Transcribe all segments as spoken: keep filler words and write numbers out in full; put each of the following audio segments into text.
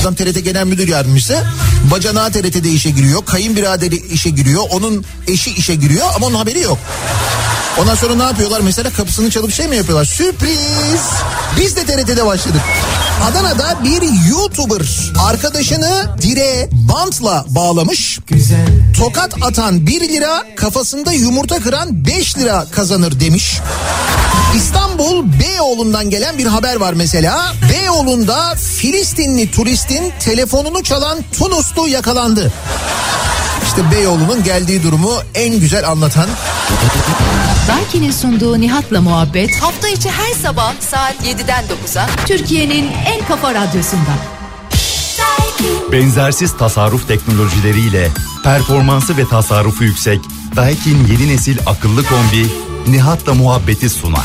Adam T R T Genel Müdür Yardımcısı. Bacanağı T R T'de işe giriyor. Kayınbiraderi işe giriyor. Onun eşi işe giriyor ama onun haberi yok. Ondan sonra ne yapıyorlar? Mesela kapısını çalıp şey mi yapıyorlar? Sürpriz! Biz de T R T'de başladık. Adana'da bir YouTuber arkadaşını direğe bantla bağlamış. Tokat atan bir lira, kafasında yumurta kıran beş lira kazanır demiş. İstanbul Beyoğlu'ndan gelen bir haber var mesela. Beyoğlu'nda Filistinli turistin telefonunu çalan Tunuslu yakalandı. İşte Beyoğlu'nun geldiği durumu en güzel anlatan. Daiki'nin sunduğu Nihat'la muhabbet hafta içi her sabah saat yediden dokuza Türkiye'nin en kafa radyosunda. Benzersiz tasarruf teknolojileriyle performansı ve tasarrufu yüksek Daikin yeni nesil akıllı kombi Nihat'la muhabbeti sunar.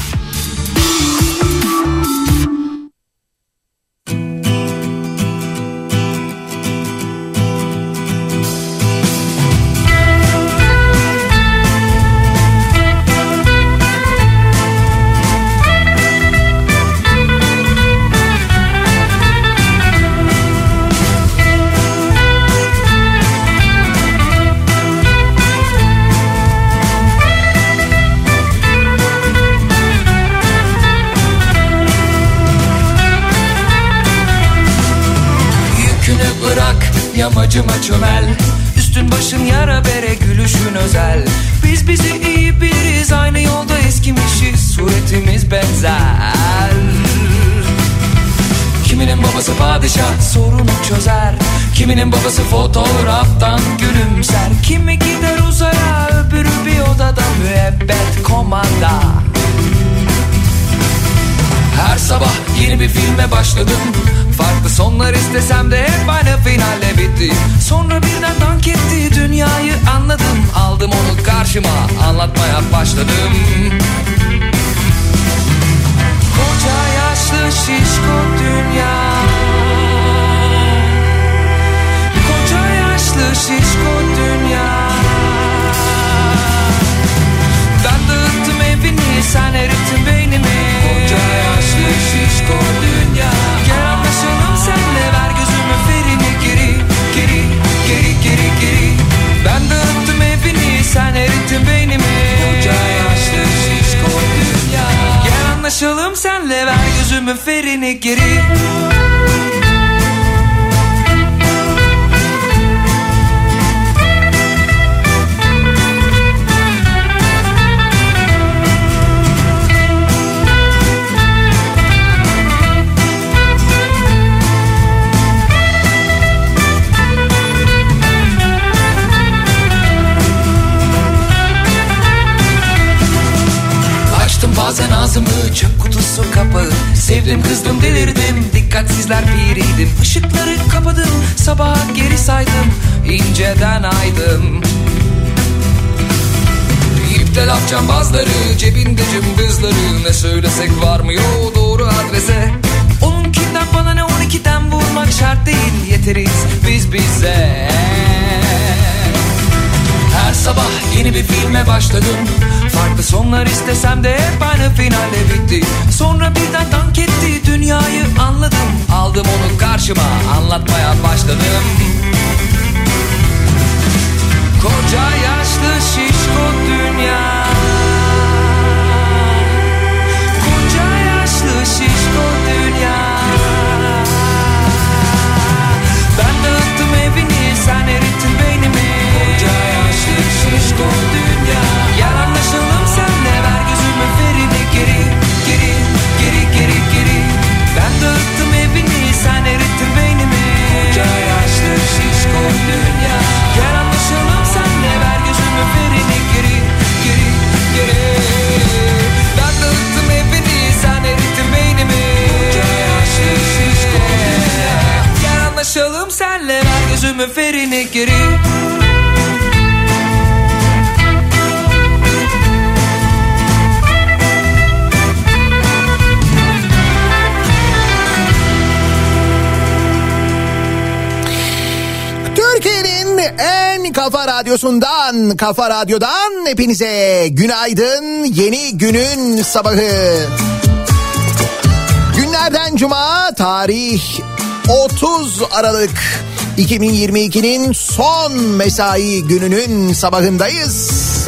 Yamacıma çömel, üstün başın yara bere, gülüşün özel. Biz bizi iyi biliriz, aynı yolda eskimişiz, suretimiz benzer. Kiminin babası padişah, sorunu çözer. Kiminin babası fotoğraftan gülümser. Kimi gider uzaya, öbürü bir odada müebbet komanda. Her sabah yeni bir filme başladım. Farklı sonlar istesem de hep aynı finalle bitti. Sonra birden dank etti, dünyayı anladım. Aldım onu karşıma, anlatmaya başladım. Koca yaşlı şişko dünya, koca yaşlı şişko dünya. Ben dağıttım evini, sen erittin beynimi. Koca yaşlı şişko dünya. Gel anlaşalım senle, ver gözümün ferini geri, geri, geri, geri, geri. Ben dağıttım evini, sen erittin beynimi. Koca yaşlı şişko dünya. Gel anlaşalım senle, ver gözümün ferini geri. Bazen ağzımı, çöp kutusu kapağı. Sevdim kızdım delirdim, dikkatsizler biriydim. Işıkları kapadım, sabaha geri saydım, inceden aydım. İpte laf cambazları, cebinde cımbızları. Ne söylesek varmıyor doğru adrese. Onunkinden bana ne, on ikiden vurmak şart değil. Yeteriz biz bize. Her sabah yeni bir filme başladım. Farklı sonlar istesem de hep aynı finalle bitti. Sonra birden dank etti, dünyayı anladım. Aldım onu karşıma, anlatmaya başladım. Koca yaşlı şişko dünya, koca yaşlı şişko dünya. Ben dağıttım evini, sen erittin beynimi. Koca yaşlı şişko dünya. Gel anlaşalım senle, ver gözümün ferini geri, geri, geri, geri, geri. Ben dağıttım evini, sen erittin beynimi. Koca yaşlı şişko dünya. Gel anlaşalım senle, ver gözümün ferini geri, geri, geri. Ben dağıttım evini, sen erittin beynimi. Koca yaşlı şişko dünya. Gel anlaşalım senle, ver gözümün ferini geri. En Kafa Radyosu'ndan, Kafa Radyo'dan hepinize günaydın. Yeni günün sabahı. Günlerden cuma, tarih otuz Aralık iki bin yirmi ikinin son mesai gününün sabahındayız.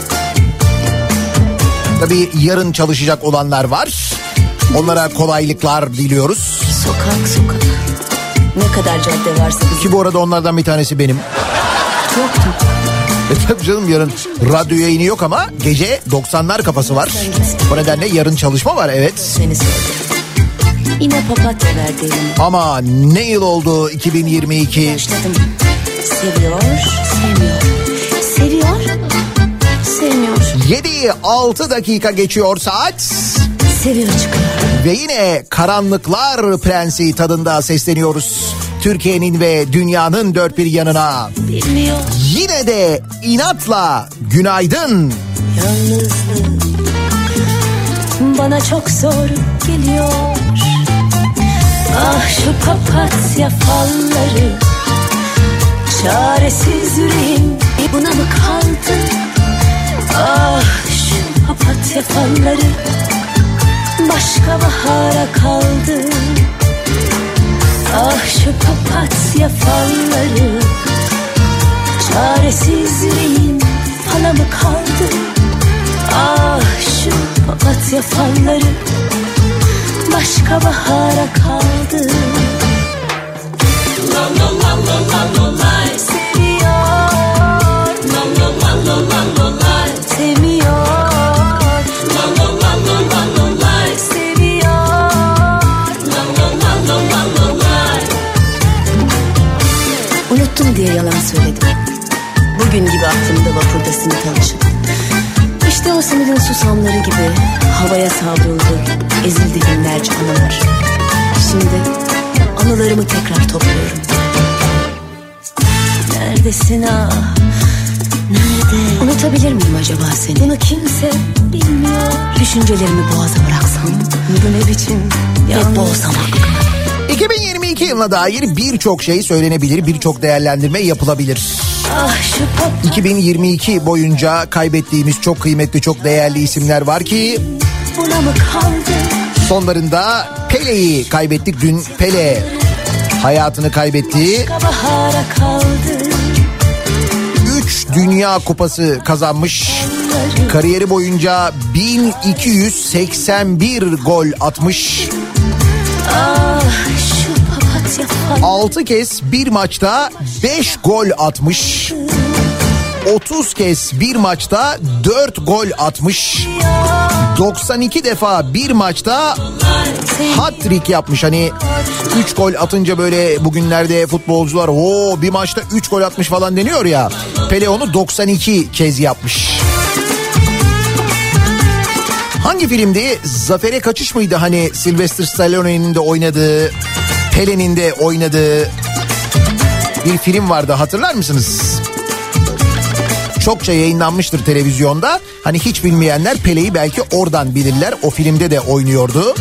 Tabii yarın çalışacak olanlar var. Onlara kolaylıklar diliyoruz. Sokak sokak. Ne kadar cadde varsa bizim. Ki bu arada onlardan bir tanesi benim. Yoktu. E tabii canım, yarın radyo yayını yok ama gece doksanlar kafası var. O nedenle yarın çalışma var, evet. Seni sevdim. Yine papatya verdi elime. Ama ne yıl oldu iki bin yirmi iki? Başladım. Seviyor, sevmiyor. Seviyor, sevmiyor. yedi altı dakika geçiyor saat. Seviyor çıkıyor. Ve yine Karanlıklar Prensi tadında sesleniyoruz. Türkiye'nin ve dünyanın dört bir yanına. Bilmiyor. Yine de inatla günaydın. Yalnızlık bana çok zor geliyor. Ah şu papatya falları, çaresiz yüreğim buna mı kaldı? Ah şu papatya falları başka bahara kaldı. Ah şu papatya falları, çaresiz yüreğim hala mı kaldı? Ah şu papatya falları başka bahara kaldı. La la la la la la la seviyor. La la la la la la la sevmiyor. La la la la la la la seviyor. La la la la la la la. Unuttum diye yalan söyledim. Bugün gibi aklımda vapurda simit alışık. İşte o simitin susamları gibi havaya savruldu, ezildi binlerce anılar. Şimdi anılarımı tekrar topluyorum. Neredesin ah? Nerede? Unutabilir miyim acaba seni? Bunu kimse bilmiyor. Düşüncelerimi boğaza bıraksam, bu ne biçim ya boğazamak. iki bin yirmi iki yılına dair birçok şey söylenebilir, birçok değerlendirme yapılabilir. Ah, iki bin yirmi iki boyunca kaybettiğimiz çok kıymetli, çok değerli isimler var ki buna mı kaldı? sonlarında Pele'yi kaybettik. Dün Pele hayatını kaybetti. Üç Dünya Kupası kazanmış. Kariyeri boyunca bin iki yüz seksen bir gol atmış. altı kez bir maçta beş gol atmış. otuz kez bir maçta dört gol atmış. doksan iki defa bir maçta hat-trick yapmış. Hani üç gol atınca böyle bugünlerde futbolcular o bir maçta üç gol atmış falan deniyor ya. Pele onu doksan iki kez yapmış. Hangi filmdi? Zafer'e Kaçış mıydı? Hani Sylvester Stallone'nin de oynadığı, Pele'nin de oynadığı bir film vardı, hatırlar mısınız? Çokça yayınlanmıştır televizyonda. Hani hiç bilmeyenler Pele'yi belki oradan bilirler. O filmde de oynuyordu.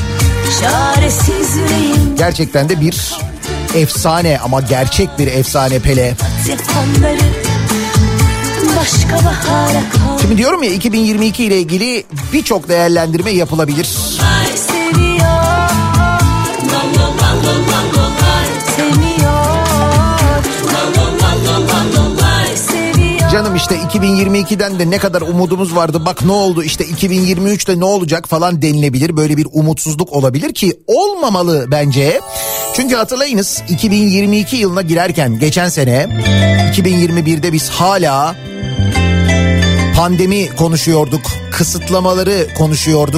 Gerçekten de bir efsane, ama gerçek bir efsane Pele. Şimdi diyorum ya, iki bin yirmi iki ile ilgili birçok değerlendirme yapılabilir. Canım işte iki bin yirmi ikiden de ne kadar umudumuz vardı, bak ne oldu, işte iki bin yirmi üçte ne olacak falan denilebilir. Böyle bir umutsuzluk olabilir ki olmamalı bence. Çünkü hatırlayınız, iki bin yirmi iki yılına girerken geçen sene iki bin yirmi birde biz hala pandemi konuşuyorduk, kısıtlamaları konuşuyorduk.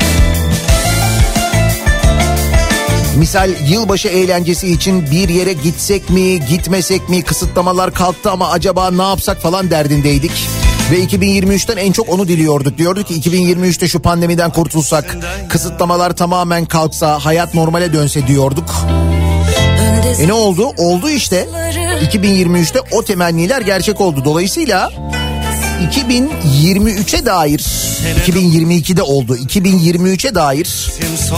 Misal yılbaşı eğlencesi için bir yere gitsek mi, gitmesek mi, kısıtlamalar kalktı ama acaba ne yapsak falan derdindeydik. Ve iki bin yirmi üçten en çok onu diliyorduk. Diyorduk ki iki bin yirmi üçte şu pandemiden kurtulsak, kısıtlamalar tamamen kalksa, hayat normale dönse diyorduk. E ne oldu? Oldu işte. iki bin yirmi üçte o temenniler gerçek oldu. Dolayısıyla iki bin yirmi üçe dair, iki bin yirmi ikide oldu, iki bin yirmi üçe dair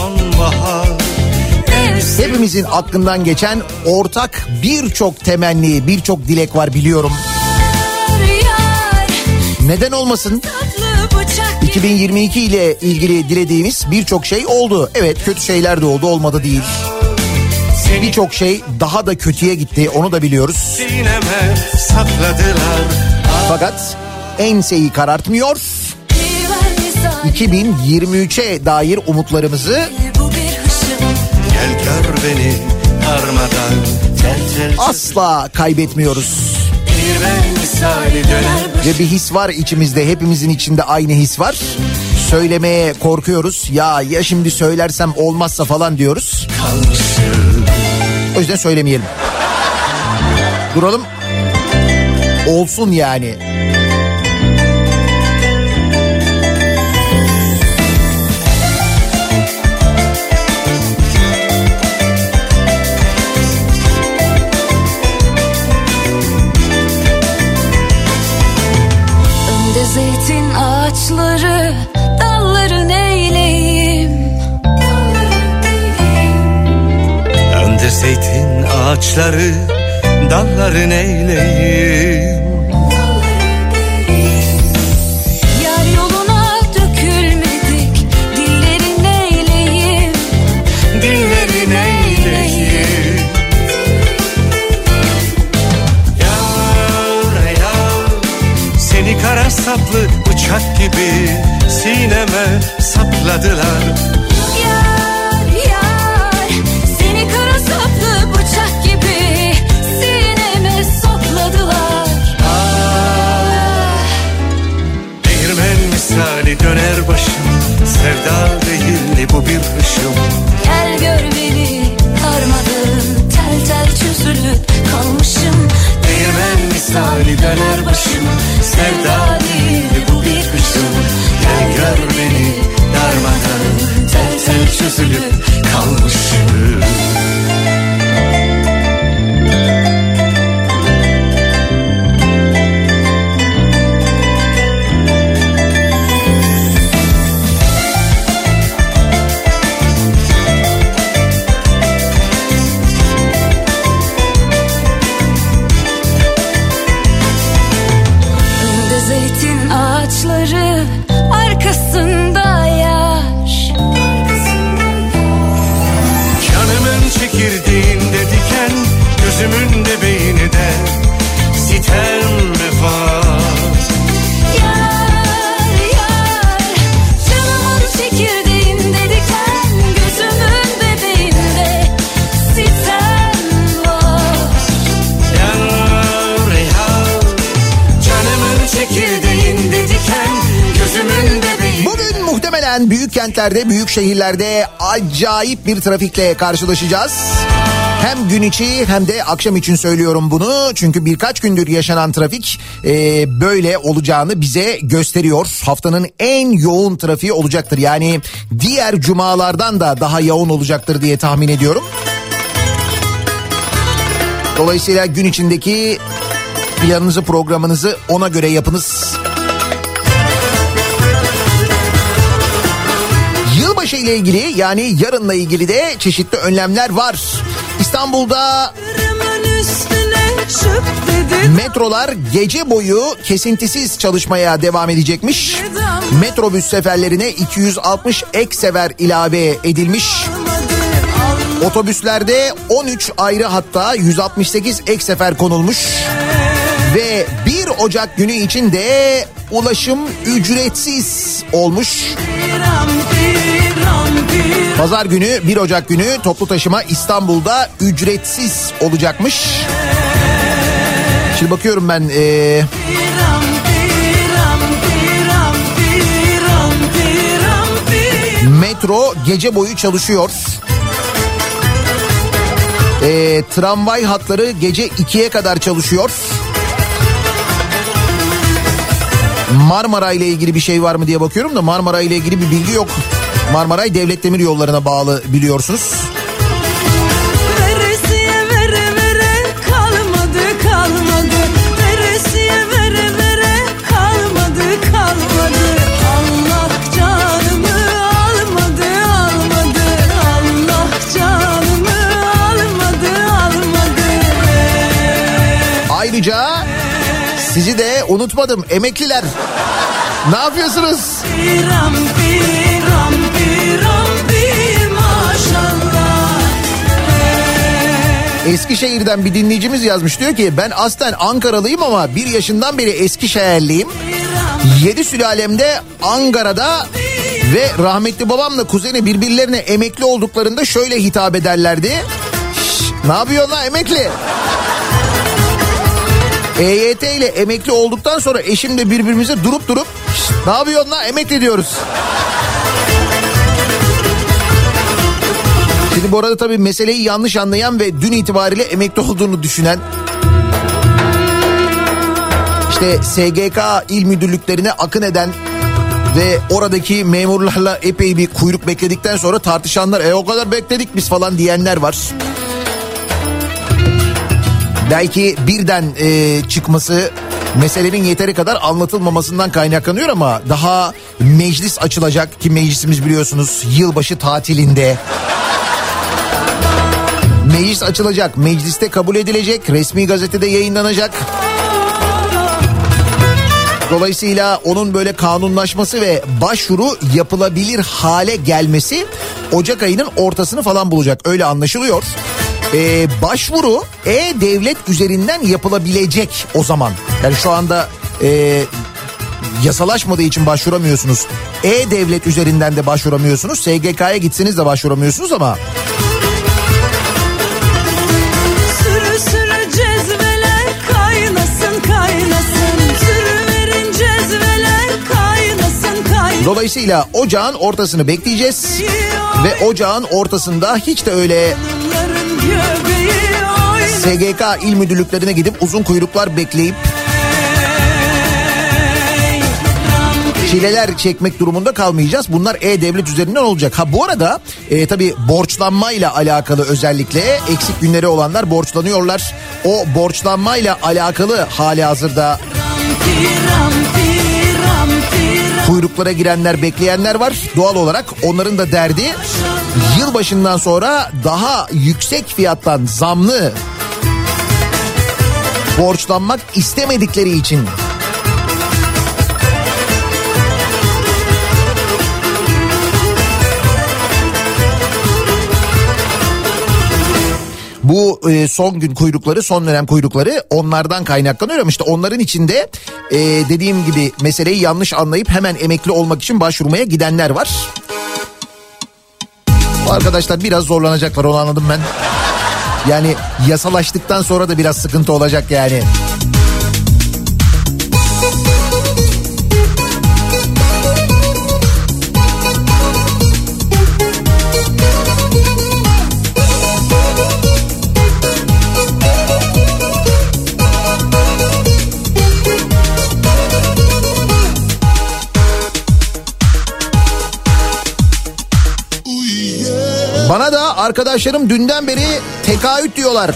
hepimizin aklından geçen ortak birçok temenni, birçok dilek var biliyorum. Neden olmasın? iki bin yirmi iki ile ilgili dilediğimiz birçok şey oldu. Evet, kötü şeyler de oldu, olmadı değil. Birçok şey daha da kötüye gitti, onu da biliyoruz. Sineme sakladılar. Fakat enseyi karartmıyor. iki bin yirmi üçe dair umutlarımızı Gel gör beni darmadan tel tel asla kaybetmiyoruz. bir ben misali döner. Ve bir his var içimizde, hepimizin içinde aynı his var. Söylemeye korkuyoruz. Ya ya şimdi söylersem olmazsa falan diyoruz. Kalmışım. O yüzden söylemeyelim. Duralım. Olsun yani. Önde zeytin ağaçları, dalları neyleyim? Önde zeytin ağaçları, dalları neyleyim? Yar yoluna dökülmedik, dilleri neyleyim? Dilleri neyleyim? Yar yar, seni kara saplı bıçak gibi sineme sapladılar. Yar yar, seni kara saplı bıçak gibi sineme sapladılar. Ah, değirmen misali döner başım, sevda değil bu bir hışım. Gel gör beni darmadağın, tel tel çözülüp kalmışım. Değirmen misali döner başım, sevda değil bu bir hışım. Gel gör beni darmadan tel tel çözülüp kalmışım. Önde zeytin ağaçları, arkasında yaş. Canımın çekirdeğinde diken, gözümün de beyninde sitem mi var? Yar yar, canımın çekirdeğinde diken, gözümün bebeğinde sitem var. Yar yar, canımın çekirdeğinde diken, gözümün de beyninde. Bugün muhtemelen büyük kentlerde, büyük şehirlerde acayip bir trafikle karşılaşacağız. Hem gün içi hem de akşam için söylüyorum bunu. Çünkü birkaç gündür yaşanan trafik e, böyle olacağını bize gösteriyor. Haftanın en yoğun trafiği olacaktır. Yani diğer cumalardan da daha yoğun olacaktır diye tahmin ediyorum. Dolayısıyla gün içindeki planınızı, programınızı ona göre yapınız. Yılbaşı ile ilgili, yani yarınla ilgili de çeşitli önlemler var. İstanbul'da metrolar gece boyu kesintisiz çalışmaya devam edecekmiş. Metrobüs seferlerine iki yüz altmış ek sefer ilave edilmiş. Otobüslerde on üç ayrı hatta yüz altmış sekiz ek sefer konulmuş. Ve bir Ocak günü için de ulaşım ücretsiz olmuş. Pazar günü bir Ocak günü toplu taşıma İstanbul'da ücretsiz olacakmış. Şimdi bakıyorum ben ee, metro gece boyu çalışıyor. E, tramvay hatları gece ikiye kadar çalışıyor. Marmara ile ilgili bir şey var mı diye bakıyorum da Marmara ile ilgili bir bilgi yok. Marmaray Devlet Demir Yolları'na bağlı biliyorsunuz. Veresiye vere vere kalmadı kalmadı. Veresiye vere vere kalmadı kalmadı. Allah canımı almadı almadı. Allah canımı almadı almadı. Ayrıca sizi de unutmadım emekliler. Ne yapıyorsunuz? Piram piram piram pir maşallah. Eskişehir'den bir dinleyicimiz yazmış, diyor ki ben aslen Ankaralıyım ama bir yaşından beri Eskişehirliyim. Yedi sülalemde Ankara'da ve rahmetli babamla kuzeni birbirlerine emekli olduklarında şöyle hitap ederlerdi. Ne yapıyorsun lan emekli? E Y T ile emekli olduktan sonra eşimle birbirimize durup durup ne yapıyorsun lan emekli diyoruz. Şimdi bu arada tabii meseleyi yanlış anlayan ve dün itibariyle emekli olduğunu düşünen, işte S G K il müdürlüklerine akın eden ve oradaki memurlarla epey bir kuyruk bekledikten sonra tartışanlar, e o kadar bekledik biz falan diyenler var. Belki birden e, çıkması meselenin yeteri kadar anlatılmamasından kaynaklanıyor ama daha meclis açılacak ki meclisimiz biliyorsunuz yılbaşı tatilinde. Meclis açılacak, mecliste kabul edilecek, resmi gazetede yayınlanacak. Dolayısıyla onun böyle kanunlaşması ve başvuru yapılabilir hale gelmesi Ocak ayının ortasını falan bulacak, öyle anlaşılıyor. Ee, başvuru E-Devlet üzerinden yapılabilecek o zaman. Yani şu anda e, yasalaşmadığı için başvuramıyorsunuz. E-Devlet üzerinden de başvuramıyorsunuz. S G K'ya gitseniz de başvuramıyorsunuz ama... Sürü sürü cezveler kaynasın kaynasın. Sürü verin cezveler kaynasın kaynasın. Dolayısıyla ocağın ortasını bekleyeceğiz. Ve ocağın ortasında hiç de öyle... S G K il müdürlüklerine gidip uzun kuyruklar bekleyip çileler çekmek durumunda kalmayacağız. Bunlar E-Devlet üzerinden olacak. Ha bu arada e, tabii borçlanmayla alakalı özellikle eksik günleri olanlar borçlanıyorlar. O borçlanmayla alakalı hali hazırda kuyruklara girenler, bekleyenler var. Doğal olarak onların da derdi yılbaşından sonra daha yüksek fiyattan zamlı borçlanmak istemedikleri için. Bu e, son gün kuyrukları, son dönem kuyrukları onlardan kaynaklanıyor ama işte onların içinde e, dediğim gibi meseleyi yanlış anlayıp hemen emekli olmak için başvurmaya gidenler var. Bu arkadaşlar biraz zorlanacaklar, onu anladım ben. Yani yasalaştıktan sonra da biraz sıkıntı olacak yani. Bana da arkadaşlarım dünden beri tekaüt diyorlar.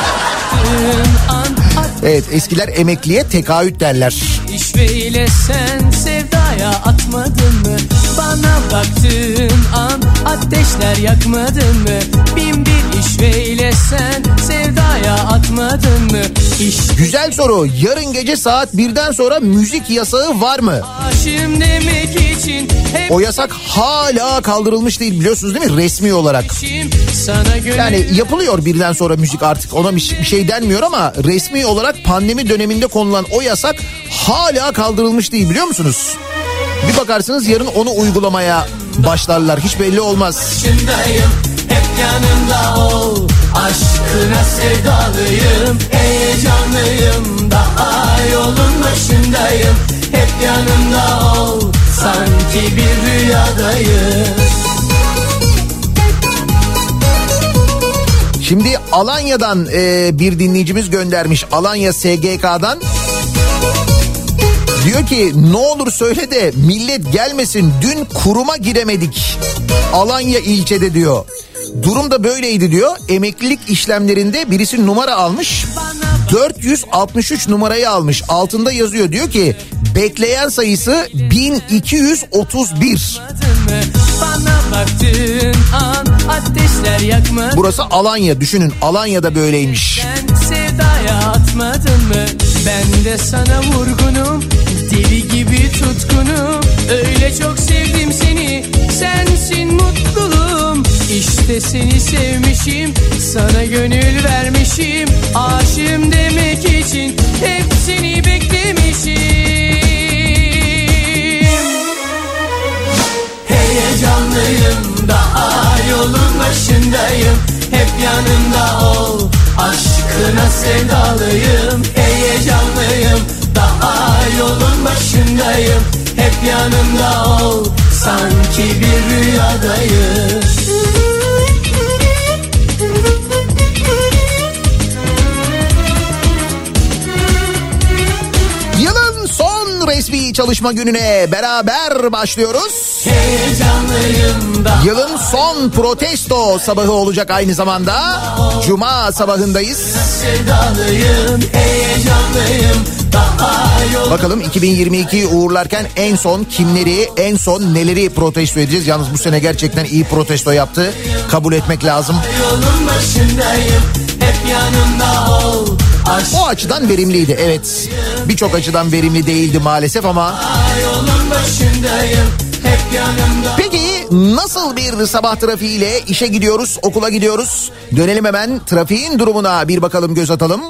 Evet, eskiler emekliye tekaüt derler. İşveyle sen sevdaya atmadın mı? Bana baktığın an ateşler yakmadın mı? Bin bir işveyle sen sevdaya atmadın mı? İş... Güzel soru. Yarın gece saat birden sonra müzik yasağı var mı? Aşığım demek için hep... O yasak hala kaldırılmış değil, biliyorsunuz değil mi? Resmi olarak. Yani yapılıyor birden sonra müzik, artık ona bir şey denmiyor ama resmi olarak pandemi döneminde konulan o yasak hala kaldırılmış değil, biliyor musunuz? Bir bakarsınız yarın onu uygulamaya başlarlar, hiç belli olmaz. Başındayım, hep yanımda ol. Aşkına sevdalıyım, heyecanlıyım. Daha yolun başındayım, hep yanımda ol. Sanki bir rüyadayım. Şimdi Alanya'dan e, bir dinleyicimiz göndermiş, Alanya S G K'dan. Diyor ki ne olur söyle de millet gelmesin, dün kuruma giremedik Alanya ilçede diyor. Durum da böyleydi diyor. Emeklilik işlemlerinde birisi numara almış, dört yüz altmış üç numarayı almış, altında yazıyor, diyor ki bekleyen sayısı bin iki yüz otuz bir. Burası Alanya, düşünün, Alanya'da böyleymiş. Ben sevdaya atmadın mı? Ben de sana vurgunum, deli gibi tutkunum. Öyle çok sevdim seni, sensin mutluluğum. İşte seni sevmişim, sana gönül vermişim. Aşığım demek için hep seni beklemişim. Heyecanlıyım, daha yolun başındayım. Hep yanımda ol, aşkına sevdalıyım. Heyecanlıyım, daha yolun başındayım. Hep yanımda ol, sanki bir rüyadayım. Yılın son resmi çalışma gününe beraber başlıyoruz. Yılın son protesto sabahı olacak aynı zamanda. Cuma sabahındayız. Bakalım iki bin yirmi ikiyi uğurlarken en son kimleri, en son neleri protesto edeceğiz? Yalnız bu sene gerçekten iyi protesto yaptı. Kabul etmek lazım. O açıdan verimliydi, evet. Birçok açıdan verimli değildi maalesef ama. Peki nasıl bir sabah trafiğiyle işe gidiyoruz, okula gidiyoruz? Dönelim hemen trafiğin durumuna bir bakalım, göz atalım.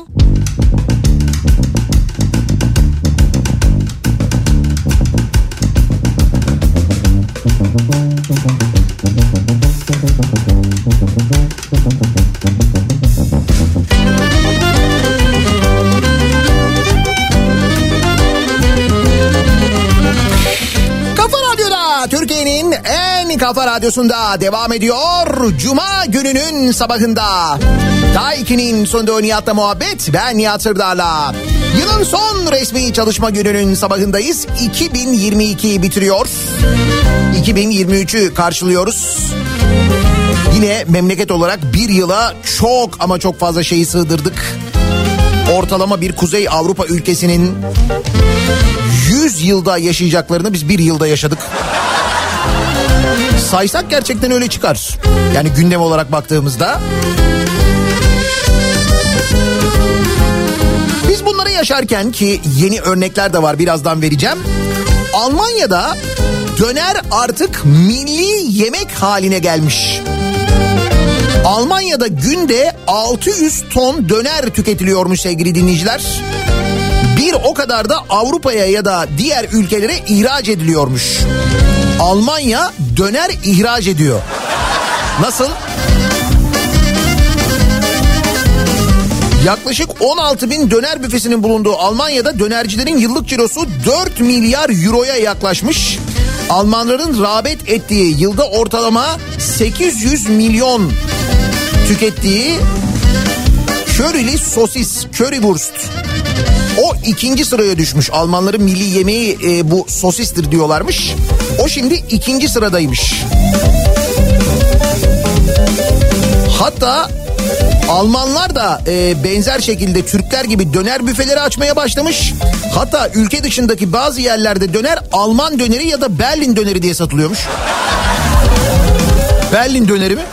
Türkiye'nin en kafa radyosunda devam ediyor. Cuma gününün sabahında. Daiki'nin sunduğu Nihat'la muhabbet. Ben Nihat Sırdar'la. Yılın son resmi çalışma gününün sabahındayız. iki bin yirmi ikiyi bitiriyor. iki bin yirmi üçü karşılıyoruz. Yine memleket olarak bir yıla çok ama çok fazla şeyi sığdırdık. Ortalama bir Kuzey Avrupa ülkesinin yüz yılda yaşayacaklarını biz bir yılda yaşadık. Saysak gerçekten öyle çıkar. Yani gündem olarak baktığımızda. Biz bunları yaşarken, ki yeni örnekler de var, birazdan vereceğim. Almanya'da döner artık milli yemek haline gelmiş. Almanya'da günde altı yüz ton döner tüketiliyormuş sevgili dinleyiciler. Bir o kadar da Avrupa'ya ya da diğer ülkelere ihraç ediliyormuş. Almanya döner ihraç ediyor. Nasıl? Yaklaşık on altı bin döner büfesinin bulunduğu Almanya'da dönercilerin yıllık cirosu dört milyar euroya yaklaşmış. Almanların rağbet ettiği, yılda ortalama sekiz yüz milyon tükettiği körili sosis, currywurst, o ikinci sıraya düşmüş. Almanların milli yemeği e, bu sosistir diyorlarmış. O şimdi ikinci sıradaymış. Hatta Almanlar da e, benzer şekilde Türkler gibi döner büfeleri açmaya başlamış. Hatta ülke dışındaki bazı yerlerde döner Alman döneri ya da Berlin döneri diye satılıyormuş. Berlin döneri mi?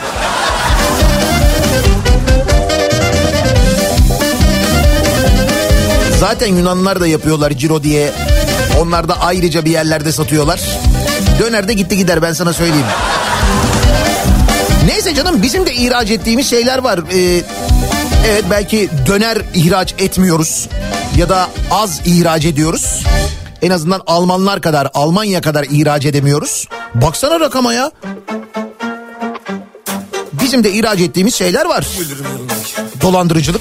Zaten Yunanlılar da yapıyorlar ciro diye. Onlar da ayrıca bir yerlerde satıyorlar. Döner de gitti gider, ben sana söyleyeyim. Neyse canım, bizim de ihraç ettiğimiz şeyler var. Ee, evet, belki döner ihraç etmiyoruz ya da az ihraç ediyoruz. En azından Almanlar kadar, Almanya kadar ihraç edemiyoruz. Baksana rakama ya. Bizim de ihraç ettiğimiz şeyler var. Dolandırıcılık.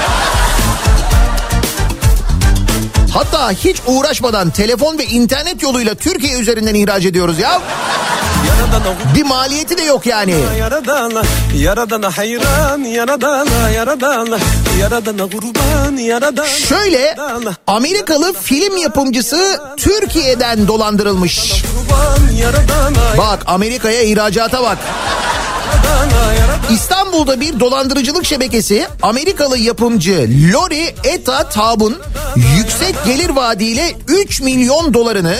Hatta hiç uğraşmadan telefon ve internet yoluyla Türkiye üzerinden ihraç ediyoruz ya. Bir maliyeti de yok yani. Yaradana, yaradana hayran, yaradana, yaradana, yaradana kurban, yaradana. Şöyle, Amerikalı film yapımcısı Türkiye'den dolandırılmış. Bak, Amerika'ya ihracata bak. İstanbul'da bir dolandırıcılık şebekesi Amerikalı yapımcı Lori Eta Taub'un yüksek gelir vaadiyle üç milyon dolarını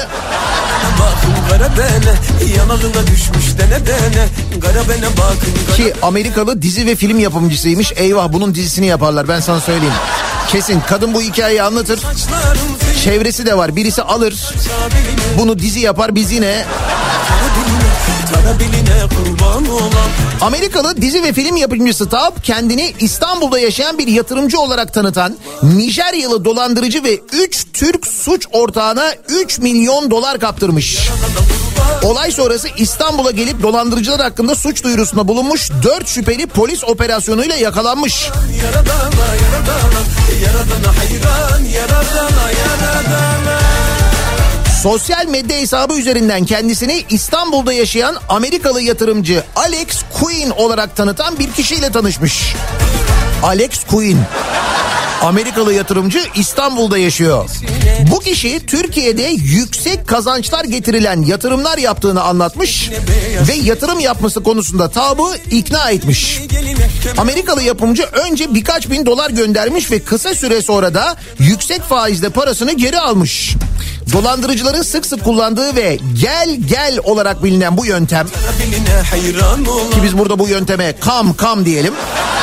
ki Amerikalı dizi ve film yapımcısıymış. Eyvah, bunun dizisini yaparlar, ben sana söyleyeyim. Kesin kadın bu hikayeyi anlatır. Çevresi de var, birisi alır bunu dizi yapar, biz yine Tarabeline kurban olan. Amerikalı dizi ve film yapımcısı Taub kendini İstanbul'da yaşayan bir yatırımcı olarak tanıtan Nijeryalı dolandırıcı ve üç Türk suç ortağına üç milyon dolar kaptırmış. Olay sonrası İstanbul'a gelip dolandırıcılar hakkında suç duyurusunda bulunmuş, dört şüpheli polis operasyonuyla yakalanmış. Yaradana yaradana yaradana hayran yaradana yaradana. Sosyal medya hesabı üzerinden kendisini İstanbul'da yaşayan Amerikalı yatırımcı Alex Quinn olarak tanıtan bir kişiyle tanışmış. Alex Quinn, Amerikalı yatırımcı, İstanbul'da yaşıyor. Bu kişi Türkiye'de yüksek kazançlar getirilen yatırımlar yaptığını anlatmış ve yatırım yapması konusunda Taub'u ikna etmiş. Amerikalı yapımcı önce birkaç bin dolar göndermiş ve kısa süre sonra da yüksek faizle parasını geri almış. Dolandırıcıların sık sık kullandığı ve gel gel olarak bilinen bu yöntem, ki biz burada bu yönteme kam kam diyelim,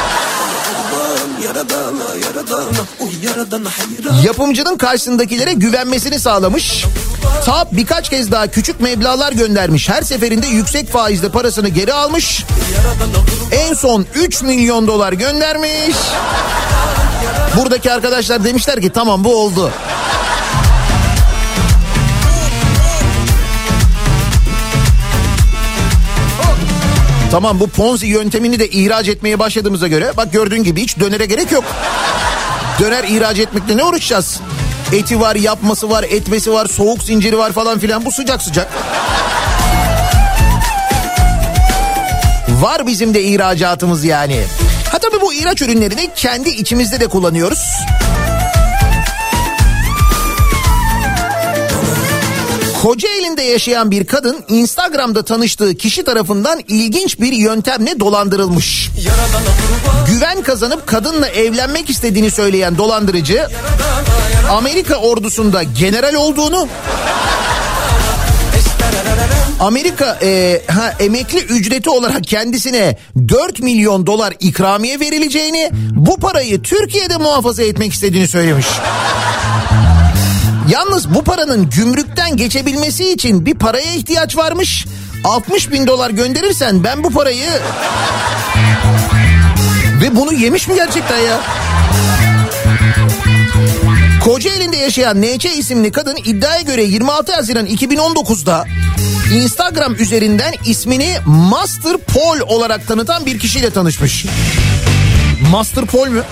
yapımcının karşısındakilere güvenmesini sağlamış. Taub birkaç kez daha küçük meblağlar göndermiş. Her seferinde yüksek faizle parasını geri almış. En son üç milyon dolar göndermiş. Buradaki arkadaşlar demişler ki tamam, bu oldu. Tamam, bu Ponzi yöntemini de ihraç etmeye başladığımıza göre bak, gördüğün gibi hiç dönere gerek yok. Döner ihraç etmekle ne uğraşacağız? Eti var, yapması var, etmesi var, soğuk zinciri var falan filan, bu sıcak sıcak. Var bizim de ihracatımız yani. Ha tabii bu ihraç ürünlerini kendi içimizde de kullanıyoruz. Kocaeli'nde yaşayan bir kadın Instagram'da tanıştığı kişi tarafından ilginç bir yöntemle dolandırılmış. Güven kazanıp kadınla evlenmek istediğini söyleyen dolandırıcı, Amerika ordusunda general olduğunu, Amerika e, ha, emekli ücreti olarak kendisine dört milyon dolar ikramiye verileceğini, bu parayı Türkiye'de muhafaza etmek istediğini söylemiş. Yalnız bu paranın gümrükten geçebilmesi için bir paraya ihtiyaç varmış. altmış bin dolar gönderirsen ben bu parayı... Ve bunu yemiş mi gerçekten ya? Kocaeli'nde yaşayan N Ç isimli kadın iddiaya göre yirmi altı Haziran iki bin on dokuzda Instagram üzerinden ismini Master Paul olarak tanıtan bir kişiyle tanışmış. Master Paul mü?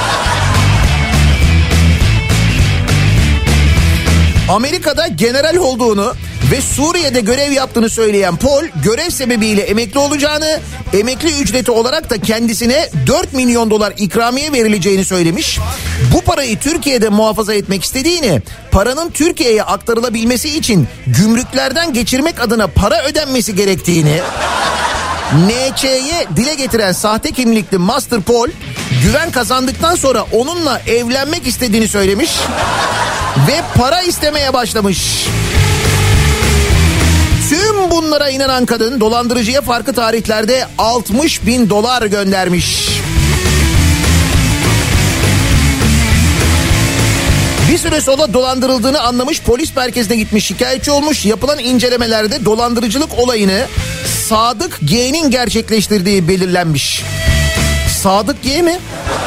Amerika'da general olduğunu ve Suriye'de görev yaptığını söyleyen Paul, görev sebebiyle emekli olacağını, emekli ücreti olarak da kendisine dört milyon dolar ikramiye verileceğini söylemiş. Bu parayı Türkiye'de muhafaza etmek istediğini, paranın Türkiye'ye aktarılabilmesi için gümrüklerden geçirmek adına para ödenmesi gerektiğini N Ç'ye dile getiren sahte kimlikli Master Paul, güven kazandıktan sonra onunla evlenmek istediğini söylemiş ve para istemeye başlamış. Tüm bunlara inanan kadın dolandırıcıya farklı tarihlerde altmış bin dolar göndermiş. Bir süre sonra dolandırıldığını anlamış, polis merkezine gitmiş, şikayetçi olmuş. Yapılan incelemelerde dolandırıcılık olayını Sadık G'nin gerçekleştirdiği belirlenmiş. Sadık G mi?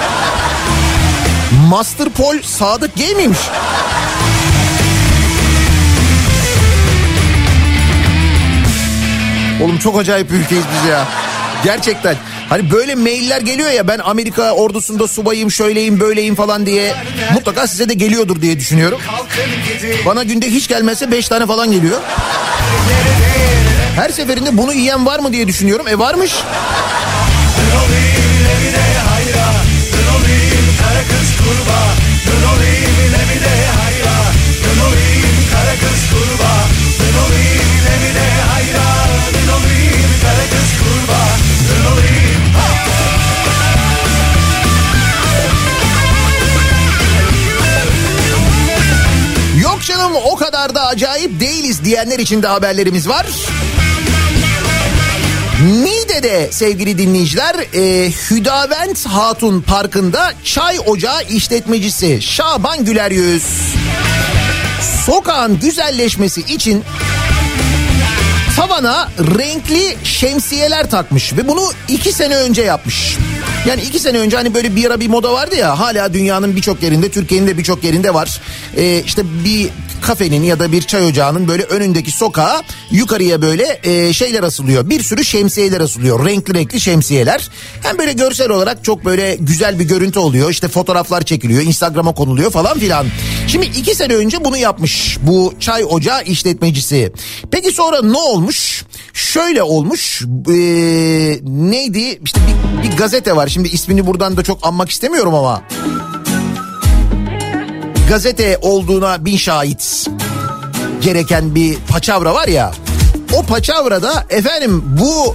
Master Paul Sadık G miymiş? Oğlum çok acayip bir ülkeyiz biz ya. Gerçekten. Hani böyle mailler geliyor ya, ben Amerika ordusunda subayım, şöyleyim, böyleyim falan diye. Mutlaka size de geliyordur diye düşünüyorum. Bana günde hiç gelmezse beş tane falan geliyor. Her seferinde bunu yiyen var mı diye düşünüyorum. E varmış. Yok canım, o kadar da acayip değiliz diyenler için de haberlerimiz var. Niğde'de sevgili dinleyiciler, e, Hüdavent Hatun Parkı'nda çay ocağı işletmecisi Şaban Güleryüz, sokağın güzelleşmesi için tavana renkli şemsiyeler takmış ve bunu iki sene önce yapmış. Yani iki sene önce hani böyle bir ara bir moda vardı ya, hala dünyanın birçok yerinde, Türkiye'nin de birçok yerinde var. Ee, işte bir kafenin ya da bir çay ocağının böyle önündeki sokağa yukarıya böyle e, şeyler asılıyor. Bir sürü şemsiyeler asılıyor. Renkli renkli şemsiyeler. Hem böyle görsel olarak çok böyle güzel bir görüntü oluyor. İşte fotoğraflar çekiliyor, Instagram'a konuluyor falan filan. Şimdi iki sene önce bunu yapmış bu çay ocağı işletmecisi. Peki sonra ne olmuş? Şöyle olmuş. Ee, neydi? İşte bir, bir gazete var. Şimdi ismini buradan da çok anmak istemiyorum ama. Gazete olduğuna bin şahit gereken bir paçavra var ya. O paçavrada efendim bu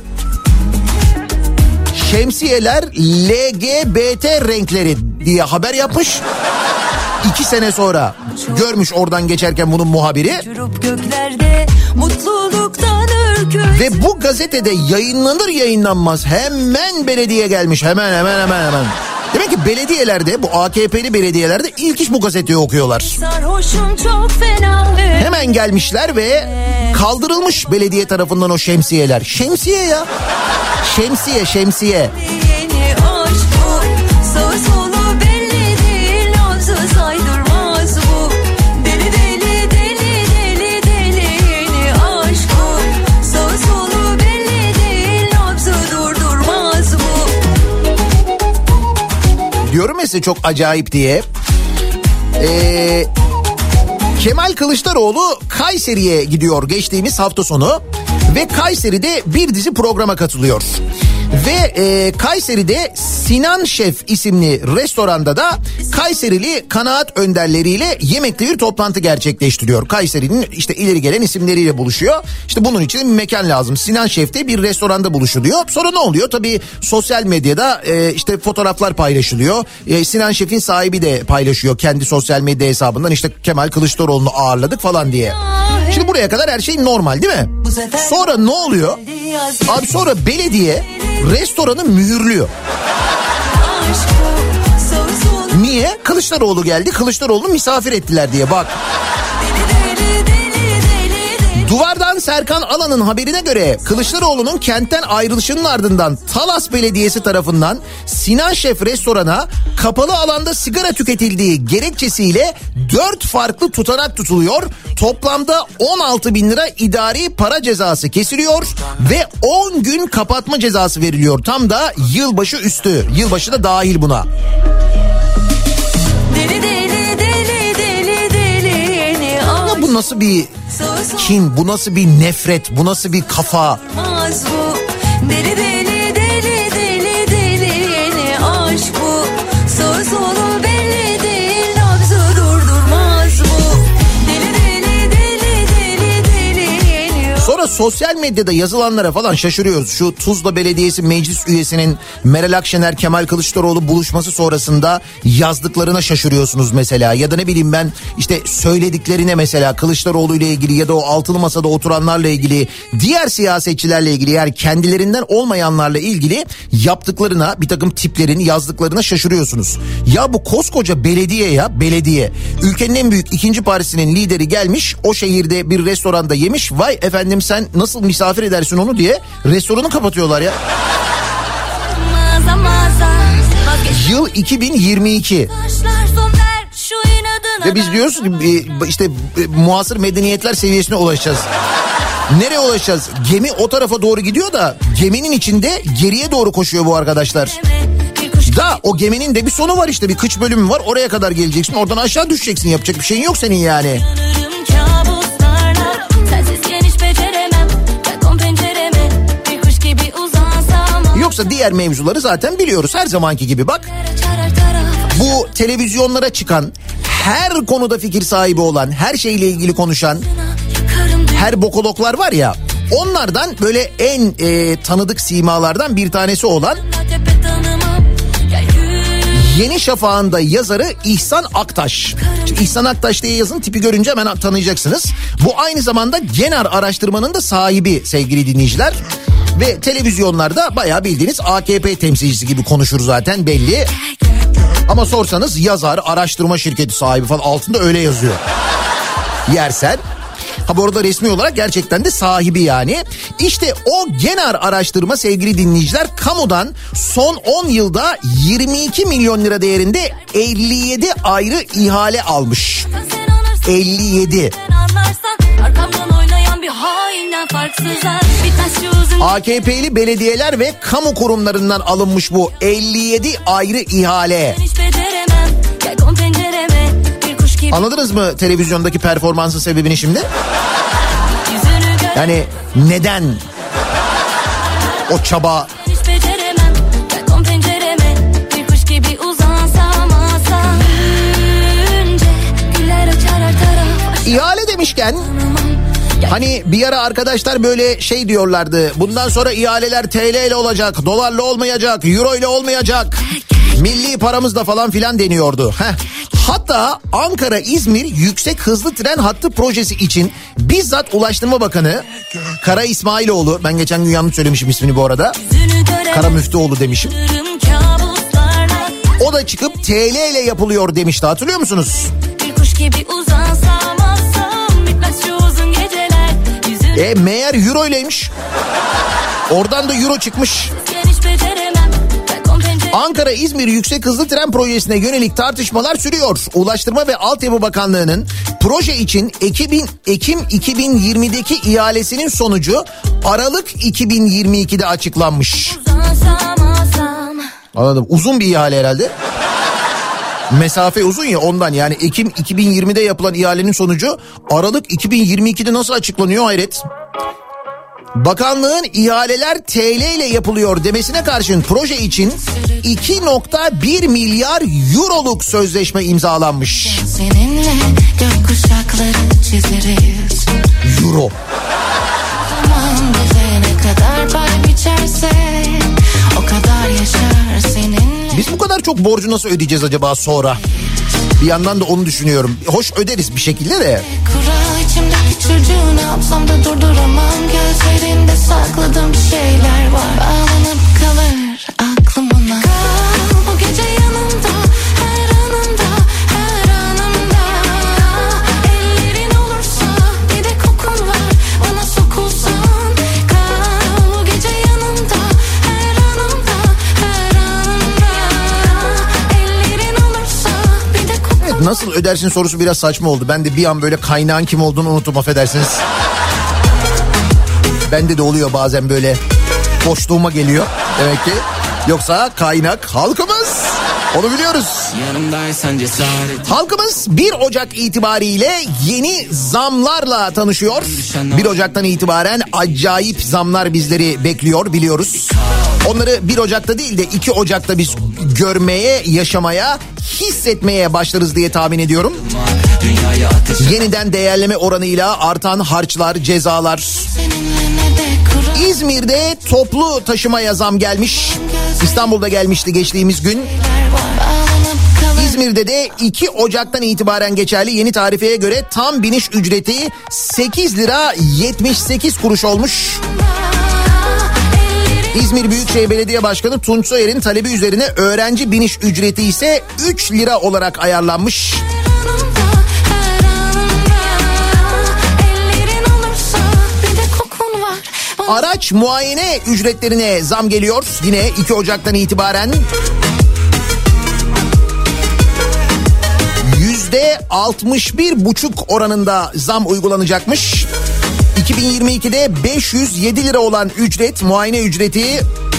şemsiyeler L G B T renkleri diye haber yapmış. İki sene sonra görmüş oradan geçerken bunun muhabiri. Göklerde mutluluktan ürkür. Ve bu gazetede yayınlanır yayınlanmaz hemen belediye gelmiş. Hemen hemen hemen hemen. Demek ki belediyelerde, bu A K P'li belediyelerde ilk iş bu gazeteyi okuyorlar. Sarhoşum çok fena. Hemen gelmişler ve kaldırılmış belediye tarafından o şemsiyeler. Şemsiye ya. Şemsiye, şemsiye. Yeni aşk bu. Sağ solu belli değil. Nabzı saydırmaz bu. Deli deli deli deli deli. Yeni aşk bu. Sağ solu belli değil. Nabzı durdurmaz bu. Diyorum ya size çok acayip diye. Ee, Kemal Kılıçdaroğlu Kayseri'ye gidiyor geçtiğimiz hafta sonu. Ve Kayseri'de bir dizi programa katılıyor. Ve e, Kayseri'de Sinan Şef isimli restoranda da Kayserili kanaat önderleriyle yemekli bir toplantı gerçekleştiriyor. Kayseri'nin işte ileri gelen isimleriyle buluşuyor. İşte bunun için bir mekan lazım. Sinan Şef'te bir restoranda buluşuluyor. Sonra ne oluyor? Tabii sosyal medyada e, işte fotoğraflar paylaşılıyor. E, Sinan Şef'in sahibi de paylaşıyor kendi sosyal medya hesabından, işte Kemal Kılıçdaroğlu'nu ağırladık falan diye. Şimdi buraya kadar her şey normal değil mi? Sonra ne oluyor? Abi sonra belediye restoranı mühürlüyor. Niye? Kılıçdaroğlu geldi, Kılıçdaroğlu'nu misafir ettiler diye bak. Duvardan Serkan Alan'ın haberine göre Kılıçdaroğlu'nun kentten ayrılışının ardından Talas Belediyesi tarafından Sinan Şef restorana kapalı alanda sigara tüketildiği gerekçesiyle dört farklı tutanak tutuluyor. Toplamda on altı bin lira idari para cezası kesiliyor ve on gün kapatma cezası veriliyor. Tam da yılbaşı üstü. Yılbaşı da dahil buna. Deli deli deli deli deli yeni aşk. Ya bu nasıl bir kin, bu nasıl bir nefret, bu nasıl bir kafa? Bu. Deli deli deli deli deli yeni aşk bu. Sağ solu belli değil, nabzı durdurmaz bu. Deli deli deli deli deli yeni. Sonra sosyal medyada yazılanlara falan şaşırıyoruz. Şu Tuzla Belediyesi meclis üyesinin Meral Akşener Kemal Kılıçdaroğlu buluşması sonrasında yazdıklarına şaşırıyorsunuz mesela. Ya da ne bileyim ben işte söylediklerine, mesela Kılıçdaroğlu ile ilgili ya da o altılı masada oturanlarla ilgili, diğer siyasetçilerle ilgili, yani kendilerinden olmayanlarla ilgili yaptıklarına, bir takım tiplerin yazdıklarına şaşırıyorsunuz. Ya bu koskoca belediye, ya belediye, ülkenin en büyük ikinci partisinin lideri gelmiş o şehirde bir restoranda yemiş, vay efendim sen nasıl misafir edersin onu diye restoranı kapatıyorlar ya. Yıl iki bin yirmi iki. Ve biz diyoruz ki işte muasır medeniyetler seviyesine ulaşacağız. Nereye ulaşacağız? Gemi o tarafa doğru gidiyor da geminin içinde geriye doğru koşuyor bu arkadaşlar. Da o geminin de bir sonu var, işte bir kıç bölümü var, oraya kadar geleceksin, oradan aşağı düşeceksin, yapacak bir şeyin yok senin yani. Yoksa diğer mevzuları zaten biliyoruz her zamanki gibi. Bak, bu televizyonlara çıkan, her konuda fikir sahibi olan, her şeyle ilgili konuşan her bokologlar var ya, onlardan böyle en e, tanıdık simalardan bir tanesi olan Yeni Şafak'ın da yazarı İhsan Aktaş. Şimdi İhsan Aktaş diye yazın, tipi görünce hemen tanıyacaksınız. Bu aynı zamanda Genar araştırmanın da sahibi sevgili dinleyiciler. Ve televizyonlarda bayağı bildiğiniz A K P temsilcisi gibi konuşur zaten, belli. Ama sorsanız yazar, araştırma şirketi sahibi falan, altında öyle yazıyor. Yersen. Ha bu arada resmi olarak gerçekten de sahibi yani. İşte o Genar araştırma sevgili dinleyiciler kamudan son on yılda yirmi iki milyon lira değerinde elli yedi ayrı ihale almış. elli yedi. A K P'li belediyeler ve kamu kurumlarından alınmış bu elli yedi ayrı ihale. Anladınız mı televizyondaki performansın sebebini şimdi? Yani neden o çaba? İhale demişken hani bir ara arkadaşlar böyle şey diyorlardı. Bundan sonra ihaleler T L ile olacak, dolarla olmayacak, euro ile olmayacak. Milli paramızla falan filan deniyordu. Heh. Hatta Ankara-İzmir yüksek hızlı tren hattı projesi için bizzat Ulaştırma Bakanı Kara İsmailoğlu, ben geçen gün yanlış söylemişim ismini bu arada. Kara Müftüoğlu demişim. O da çıkıp T L ile yapılıyor demişti, hatırlıyor musunuz? Bir kuş gibi uzansam alsam bitmez şu uzun geceler. E meğer euro ileymiş. Oradan da euro çıkmış. Ankara-İzmir yüksek hızlı tren projesine yönelik tartışmalar sürüyor. Ulaştırma ve Altyapı Bakanlığı'nın proje için Ekim, Ekim iki bin yirmideki ihalesinin sonucu Aralık iki bin yirmi ikide açıklanmış. Anladım. Uzun bir ihale herhalde. Mesafe uzun ya ondan, yani Ekim iki bin yirmide yapılan ihalenin sonucu Aralık iki bin yirmi ikide nasıl açıklanıyor, hayret. Bakanlığın ihaleler T L ile yapılıyor demesine karşın proje için iki virgül bir milyar euroluk sözleşme imzalanmış. Seninle gökkuşakları çizeriz. Euro. Zaman bize ne kadar pay biçerse o kadar yaşar seninle. Biz bu kadar çok borcu nasıl ödeyeceğiz acaba sonra? Bir yandan da onu düşünüyorum. Hoş öderiz bir şekilde de. Kura içimdeki çocuğu ne yapsam da durduramam. Gözlerinde sakladığım şeyler var. Bağlanıp kalır aklım ona. Kal bu gece yanımda, her anımda, her anımda. Ellerin olursa bir de kokun var, bana sokulsan. Kal bu gece yanımda, her anımda, her anımda. Ellerin olursa bir de kokun. Evet, nasıl ödersin sorusu biraz saçma oldu. Ben de bir an böyle kaynağın kim olduğunu unuttum, affedersiniz. Bende de oluyor bazen, böyle boşluğuma geliyor demek ki. Yoksa kaynak halkımız. Onu biliyoruz. Halkımız bir Ocak itibariyle yeni zamlarla tanışıyor. bir Ocak'tan itibaren acayip zamlar bizleri bekliyor, biliyoruz. Onları bir Ocak'ta değil de iki Ocak'ta biz görmeye, yaşamaya, hissetmeye başlarız diye tahmin ediyorum. Yeniden değerleme oranıyla artan harçlar, cezalar. İzmir'de toplu taşımaya zam gelmiş. İstanbul'da gelmişti geçtiğimiz gün. İzmir'de de iki Ocak'tan itibaren geçerli yeni tarifeye göre tam biniş ücreti sekiz lira yetmiş sekiz kuruş olmuş. İzmir Büyükşehir Belediye Başkanı Tunç Soyer'in talebi üzerine öğrenci biniş ücreti ise üç lira olarak ayarlanmış. Araç muayene ücretlerine zam geliyor yine iki Ocak'tan itibaren. yüzde altmış bir buçuk oranında zam uygulanacakmış. iki bin yirmi ikide beş yüz yedi lira olan ücret, muayene ücreti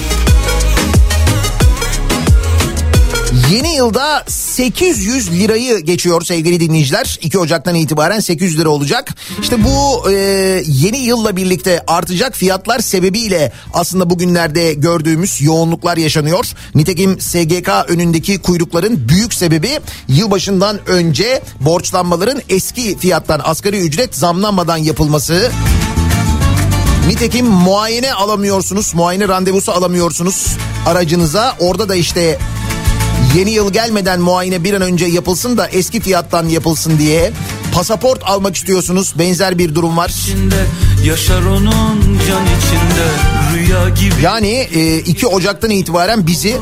yeni yılda sekiz yüz lirayı geçiyor sevgili dinleyiciler. iki Ocak'tan itibaren sekiz yüz lira olacak. İşte bu e, yeni yılla birlikte artacak fiyatlar sebebiyle aslında bugünlerde gördüğümüz yoğunluklar yaşanıyor. Nitekim S G K önündeki kuyrukların büyük sebebi yılbaşından önce borçlanmaların eski fiyattan, asgari ücret zamlanmadan yapılması. Nitekim muayene alamıyorsunuz, muayene randevusu alamıyorsunuz aracınıza. Orada da işte yeni yıl gelmeden muayene bir an önce yapılsın da eski fiyattan yapılsın diye. Pasaport almak istiyorsunuz, benzer bir durum var. Yaşar onun can içinde, rüya gibi. Yani e, iki Ocak'tan itibaren bizi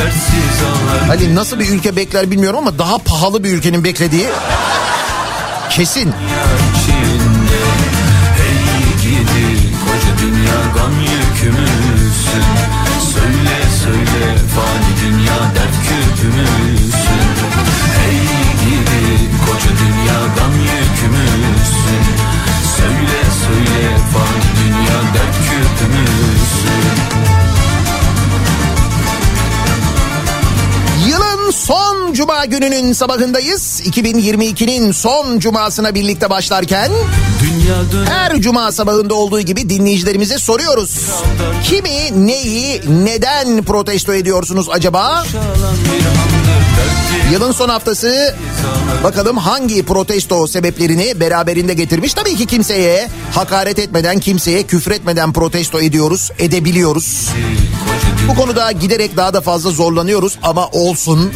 hani nasıl bir ülke bekler bilmiyorum ama daha pahalı bir ülkenin beklediği Kesin. içinde. Hey gidi koca dünya gam yükümüzsün. Söyle söyle fani dünya dert küpümüzsün. Hey gidi koca dünya gam yükümüzsün. Söyle söyle fani dünya dert küpümüzsün. Yılın son cuma gününün sabahındayız. iki bin yirmi ikinin son cumasına birlikte başlarken her cuma sabahında olduğu gibi dinleyicilerimize soruyoruz. Kimi, neyi, neden protesto ediyorsunuz acaba? Yılın son haftası bakalım hangi protesto sebeplerini beraberinde getirmiş. Tabii ki kimseye hakaret etmeden, kimseye küfretmeden protesto ediyoruz, edebiliyoruz. Bu konuda giderek daha da fazla zorlanıyoruz ama olsun.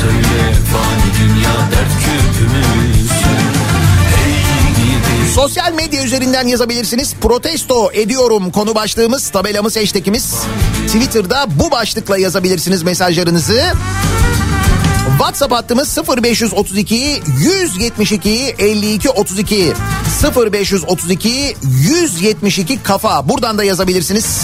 Sosyal medya üzerinden yazabilirsiniz. Protesto ediyorum konu başlığımız, tabelamız, hashtagimiz. Twitter'da bu başlıkla yazabilirsiniz mesajlarınızı. WhatsApp hattımız sıfır beş otuz iki yüz yetmiş iki elli iki otuz iki sıfır beş otuz iki yüz yetmiş iki kafa. Buradan da yazabilirsiniz.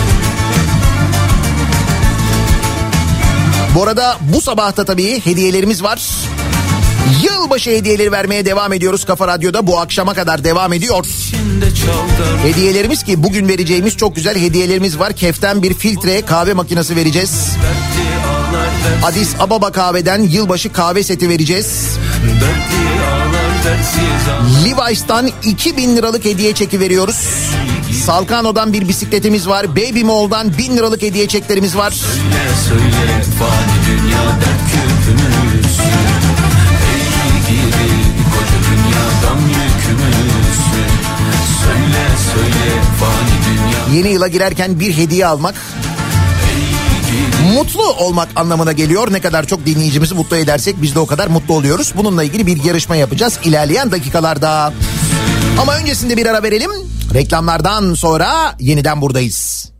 Bu arada bu sabahta tabii hediyelerimiz var. Yılbaşı hediyeleri vermeye devam ediyoruz. Kafa Radyo'da bu akşama kadar devam ediyor. Hediyelerimiz ki bugün vereceğimiz çok güzel hediyelerimiz var. Keften bir filtre kahve makinesi vereceğiz. Addis Ababa kahveden yılbaşı kahve seti vereceğiz. Levi's'tan iki bin liralık hediye çeki veriyoruz. Salkano'dan bir bisikletimiz var. Baby Mall'dan bin liralık hediye çeklerimiz var. Söyle söyle fani dünya dert küpümüzsün. Ey gidi koca dünyadan yükümüzsün. Söyle söyle fani dünya. Yeni yıla girerken bir hediye almak mutlu olmak anlamına geliyor. Ne kadar çok dinleyicimizi mutlu edersek biz de o kadar mutlu oluyoruz. Bununla ilgili bir yarışma yapacağız ilerleyen dakikalarda. Ama öncesinde bir ara verelim. Reklamlardan sonra yeniden buradayız.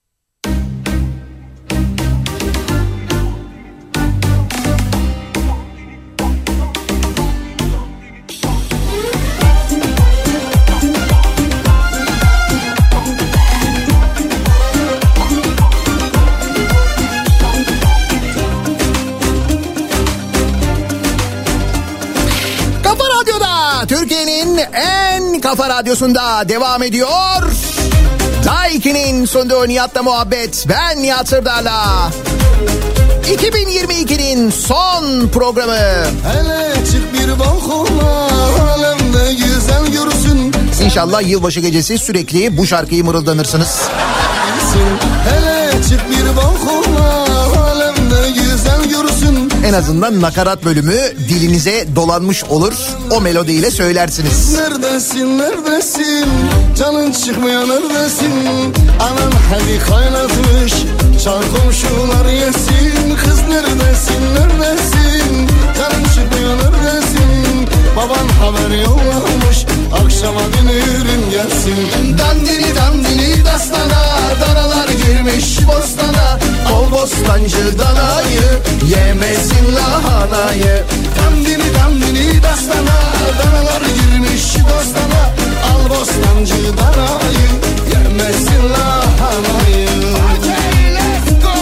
Türkiye'nin en kafa radyosunda devam ediyor. Daiki'nin sunduğu Nihat'la muhabbet. Ben Nihat Sırdar'la. iki bin yirmi ikinin son programı. Hele çık bir balkona, alemde güzel görsün. İnşallah yılbaşı gecesi sürekli bu şarkıyı mırıldanırsınız. Hele çık bir balkona, alemde güzel görsün. En azından nakarat bölümü dilinize dolanmış olur. O melodiyle söylersiniz. Neredesin, neredesin? Canın çıkmıyor neredesin? Anan hadi kaynatmış, çal komşular yesin. Kız neredesin, neredesin? Canın çıkmıyor neredesin? Baban haber yollamış, akşama dönürüm gelsin. Dandini dandini dastana, danalar girmiş bostana. Ol bostancı danayı, yemesin lahanayı. Dandini dandini dastana, danalar girmiş bostana. Al bostancı danayı, yemesin lahanayı. Okay, let's go!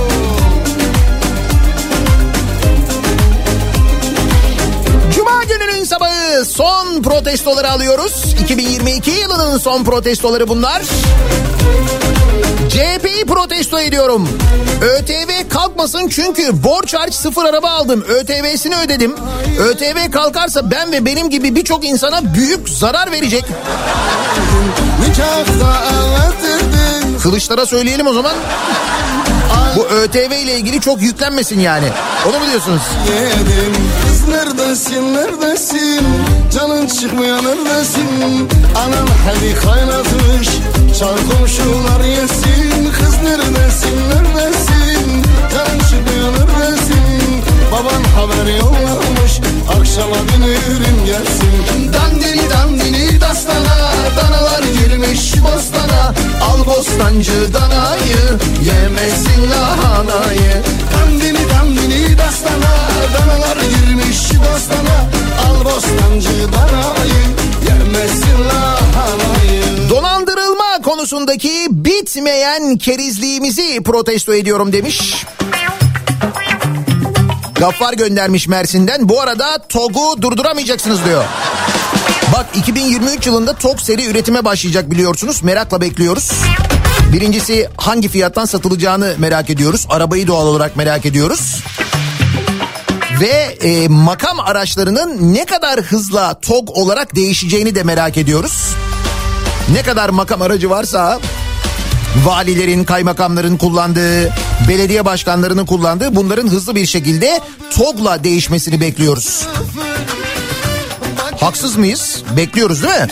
Cuma gününün sabahı son protestoları alıyoruz. iki bin yirmi iki yılının son protestoları bunlar. C H P'yi protesto ediyorum. ÖTV kalkmasın çünkü borç harç sıfır araba aldım. ÖTV'sini ödedim. ÖTV kalkarsa ben ve benim gibi birçok insana büyük zarar verecek. Kılıçlara söyleyelim o zaman. Bu ÖTV ile ilgili çok yüklenmesin yani. Onu mu diyorsunuz? Yedim. Kız neredesin, neredesin? Canın çıkmıyor neredesin? Anan hadi kaynatmış, çal komşular yesin. Kız neredesin, neredesin? Canın çıkmıyor neredesin? Baban haber yollamış, akşama dönürüm gelsin. Dandini dandini dastana, danalar girmiş bostana. Al bostancı danayı, yemesin lahanayı. Dandini dandini dastana, danalar girmiş bostana. Al bostancı danayı. konusundaki bitmeyen kerizliğimizi protesto ediyorum demiş. Gaffar göndermiş Mersin'den. Bu arada TOG'u durduramayacaksınız diyor. Bak iki bin yirmi üç yılında TOG seri üretime başlayacak biliyorsunuz. Merakla bekliyoruz. Birincisi hangi fiyattan satılacağını merak ediyoruz. Arabayı doğal olarak merak ediyoruz. Ve e, makam araçlarının ne kadar hızla TOG olarak değişeceğini de merak ediyoruz. Ne kadar makam aracı varsa valilerin, kaymakamların kullandığı, belediye başkanlarının kullandığı bunların hızlı bir şekilde TOG'la değişmesini bekliyoruz. Haksız mıyız? Bekliyoruz değil mi?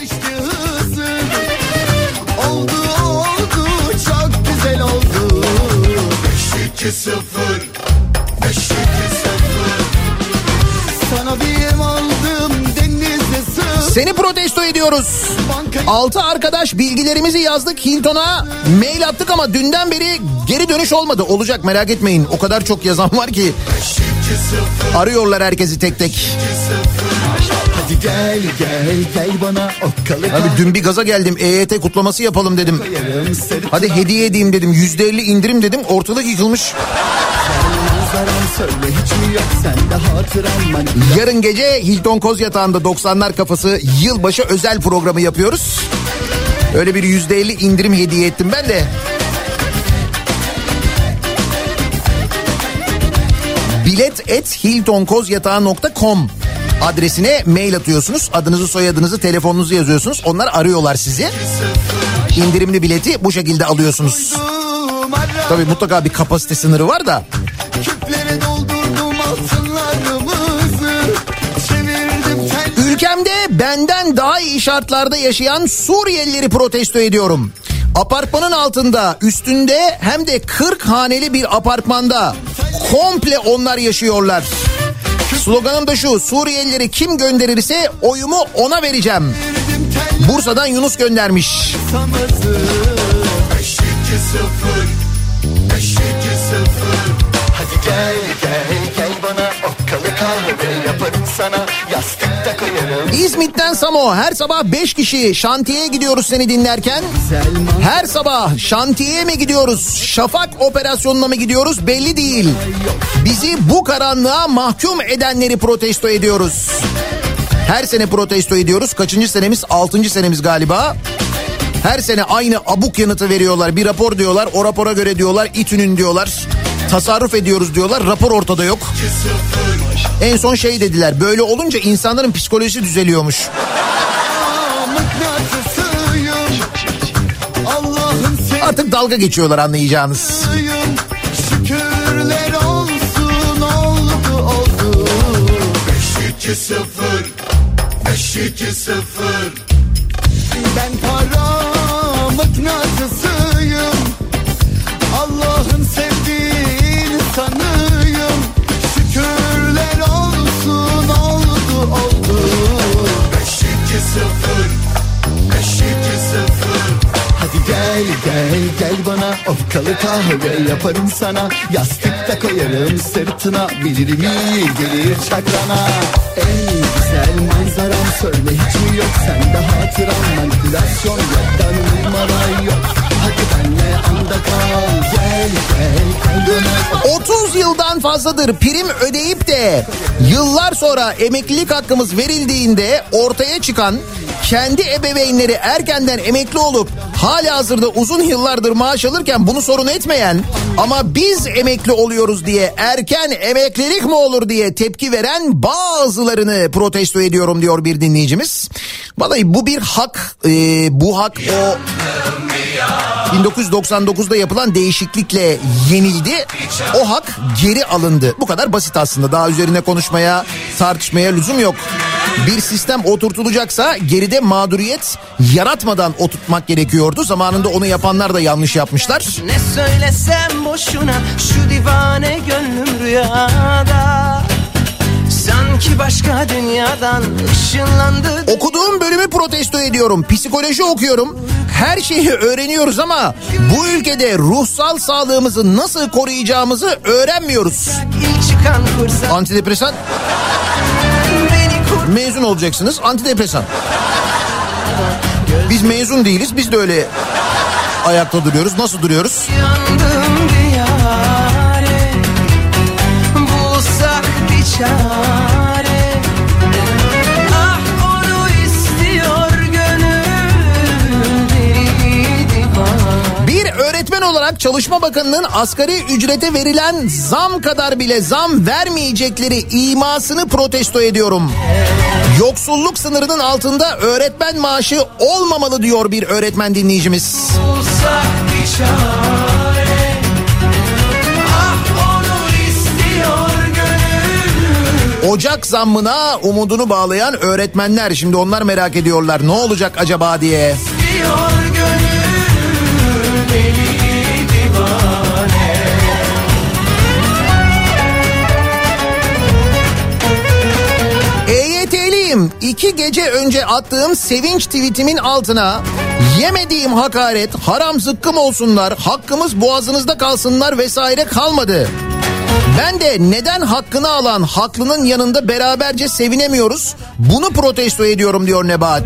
Oldu oldu çok güzel oldu. beş iki sıfır beş iki sıfır Sana bir ev aldım denizde sığ. Seni protesto ediyoruz. Altı arkadaş bilgilerimizi yazdık Hilton'a, mail attık ama dünden beri geri dönüş olmadı. Olacak, merak etmeyin. O kadar çok yazan var ki. Arıyorlar herkesi tek tek. Hadi gel gel gel bana okkalı. Abi dün bir gaza geldim, E Y T kutlaması yapalım dedim. Hadi hediye edeyim dedim, yüzde elli indirim dedim, ortalık yıkılmış. Yarın gece Hilton Kozyatağı'nda doksanlar kafası yılbaşı özel programı yapıyoruz. Öyle bir yüzde elli indirim hediye ettim ben de. bilet et hilton kozyatağı nokta com adresine mail atıyorsunuz. Adınızı, soyadınızı, telefonunuzu yazıyorsunuz. Onlar arıyorlar sizi. İndirimli bileti bu şekilde alıyorsunuz. Tabii mutlaka bir kapasite sınırı var da. Ülkemde benden daha iyi şartlarda yaşayan Suriyelileri protesto ediyorum. Apartmanın altında, üstünde hem de kırk haneli bir apartmanda komple onlar yaşıyorlar. Sloganım da şu: Suriyelileri kim gönderirse oyumu ona vereceğim. Bursa'dan Yunus göndermiş. Hadi gel gel gel bana okkalı kahve yaparım sana, yastıkta koyarım. İzmit'ten Samo, her sabah beş kişi şantiyeye gidiyoruz seni dinlerken. Her sabah şantiyeye mi gidiyoruz, şafak operasyonuna mı gidiyoruz belli değil. Bizi bu karanlığa mahkum edenleri protesto ediyoruz. Her sene protesto ediyoruz. Kaçıncı senemiz? Altıncı senemiz galiba. Her sene aynı abuk yanıtı veriyorlar. Bir rapor diyorlar, o rapora göre diyorlar, İTÜ'nün diyorlar. Tasarruf ediyoruz diyorlar, rapor ortada yok. En son şey dediler, böyle olunca insanların psikolojisi düzeliyormuş. Artık dalga geçiyorlar, anlayacağınız. Şükürler olsun, oldu oldu. beş iki sıfır beş iki sıfır Ben para mıknatısıyım, Allah'ın sevdiği insanıyım. Şükürler olsun, oldu oldu. beş iki sıfır beş iki sıfır Hadi gel gel gel bana okkalı kahve yaparım sana, yastıkta koyarım sırtına, bilirim iyi gelir çakrana. En güzel manzaram söyle hiç mi yok sende hatıram, manipülasyon yok da numara yok. Hadi benle anda kal, gel gel gel bana. otuz yıldan fazladır prim ödeyip de yıllar sonra emeklilik hakkımız verildiğinde ortaya çıkan, kendi ebeveynleri erkenden emekli olup halihazırda uzun yıllardır maaş alırken bunu sorun etmeyen ama biz emekli oluyoruz diye erken emeklilik mi olur diye tepki veren bazılarını protesto ediyorum diyor bir dinleyicimiz. Vallahi bu bir hak, ee, bu hak o bin dokuz yüz doksan dokuzda yapılan değişiklikle yenildi. O hak geri alındı. Bu kadar basit aslında. Daha üzerine konuşmaya, tartışmaya lüzum yok. Bir sistem oturtulacaksa geride mağduriyet yaratmadan oturtmak gerekiyordu. Zamanında onu yapanlar da yanlış yapmışlar. Ne söylesem boşuna, şu divane gönlüm rüyada. Sanki başka dünyadan ışınlandı. Okuduğum bölümü protesto ediyorum. Psikoloji okuyorum. Her şeyi öğreniyoruz ama bu ülkede ruhsal sağlığımızı nasıl koruyacağımızı öğrenmiyoruz. Antidepresan. Mezun olacaksınız, antidepresan. Biz mezun değiliz, biz de öyle ayakta duruyoruz. Nasıl duruyoruz? Yandım diyare, bulsak bir çare. Ah onu istiyor gönül deli divan. Bir öğretmen olarak Çalışma Bakanı'nın asgari ücrete verilen zam kadar bile zam vermeyecekleri imasını protesto ediyorum. Yoksulluk sınırının altında öğretmen maaşı olmamalı diyor bir öğretmen dinleyicimiz. Bulsak bir çare, ah onu istiyor gönül. Ocak zammına umudunu bağlayan öğretmenler, şimdi onlar merak ediyorlar ne olacak acaba diye. İstiyor gönül deli divane. E Y T'liyim. İki gece önce attığım sevinç tweetimin altına yemediğim hakaret, haram zıkkım olsunlar, hakkımız boğazınızda kalsınlar vesaire kalmadı. Ben de neden hakkını alan haklının yanında beraberce sevinemiyoruz? Bunu protesto ediyorum diyor Nebahat.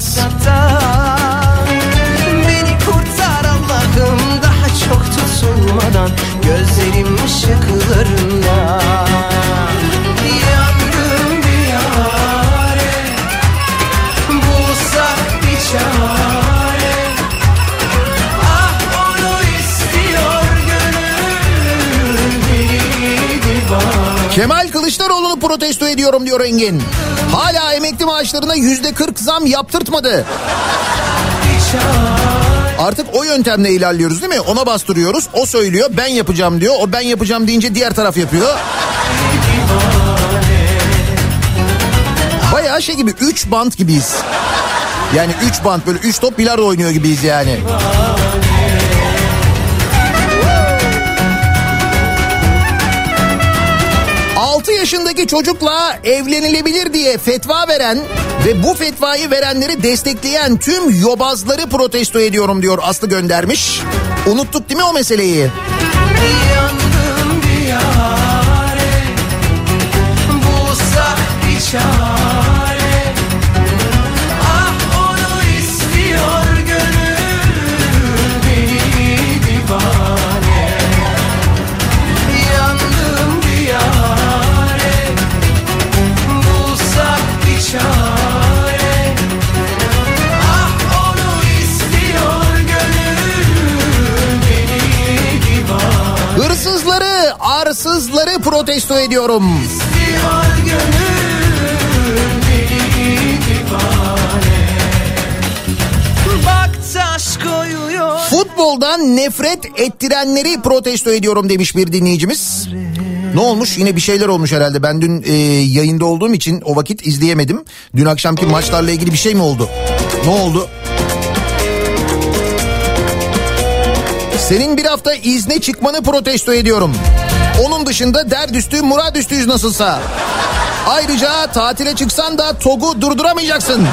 Beni kurtar Allah'ım daha çok tutulmadan, gözlerim ışıklarında. Yandım diyare, bulsak bir çare. Ah onu istiyor gönül deli divan. Kemal Kılıçdaroğlu'nu protesto ediyorum diyor Engin. Hala emekli maaşlarına yüzde kırk zam yaptırtmadı. Artık o yöntemle ilerliyoruz değil mi? Ona bastırıyoruz. O söylüyor, ben yapacağım diyor. O ben yapacağım deyince diğer taraf yapıyor. Bayağı şey gibi, üç bant gibiyiz. Yani üç bant, böyle üç top bilardo oynuyor gibiyiz yani. altı yaşındaki çocukla evlenilebilir diye fetva veren ve bu fetvayı verenleri destekleyen tüm yobazları protesto ediyorum diyor Aslı göndermiş. Unuttuk değil mi o meseleyi? Yandım diyare, bulsak bir çare. Ah onu istiyor gönül deli divane. Yandım diyare, bulsak bir çare. Ah onu istiyor gönül deli divane. Hırsızları, arsızları protesto ediyorum. İstiyor gönül deli divane. Bak taş koyuyor. Futboldan nefret ettirenleri protesto ediyorum demiş bir dinleyicimiz. Ne olmuş? Yine bir şeyler olmuş herhalde. Ben dün e, yayında olduğum için o vakit izleyemedim. Dün akşamki maçlarla ilgili bir şey mi oldu? Ne oldu? Senin bir hafta izne çıkmanı protesto ediyorum. Onun dışında derdüstü, muradüstüyüz nasılsa. Ayrıca tatile çıksan da TOG'u durduramayacaksın.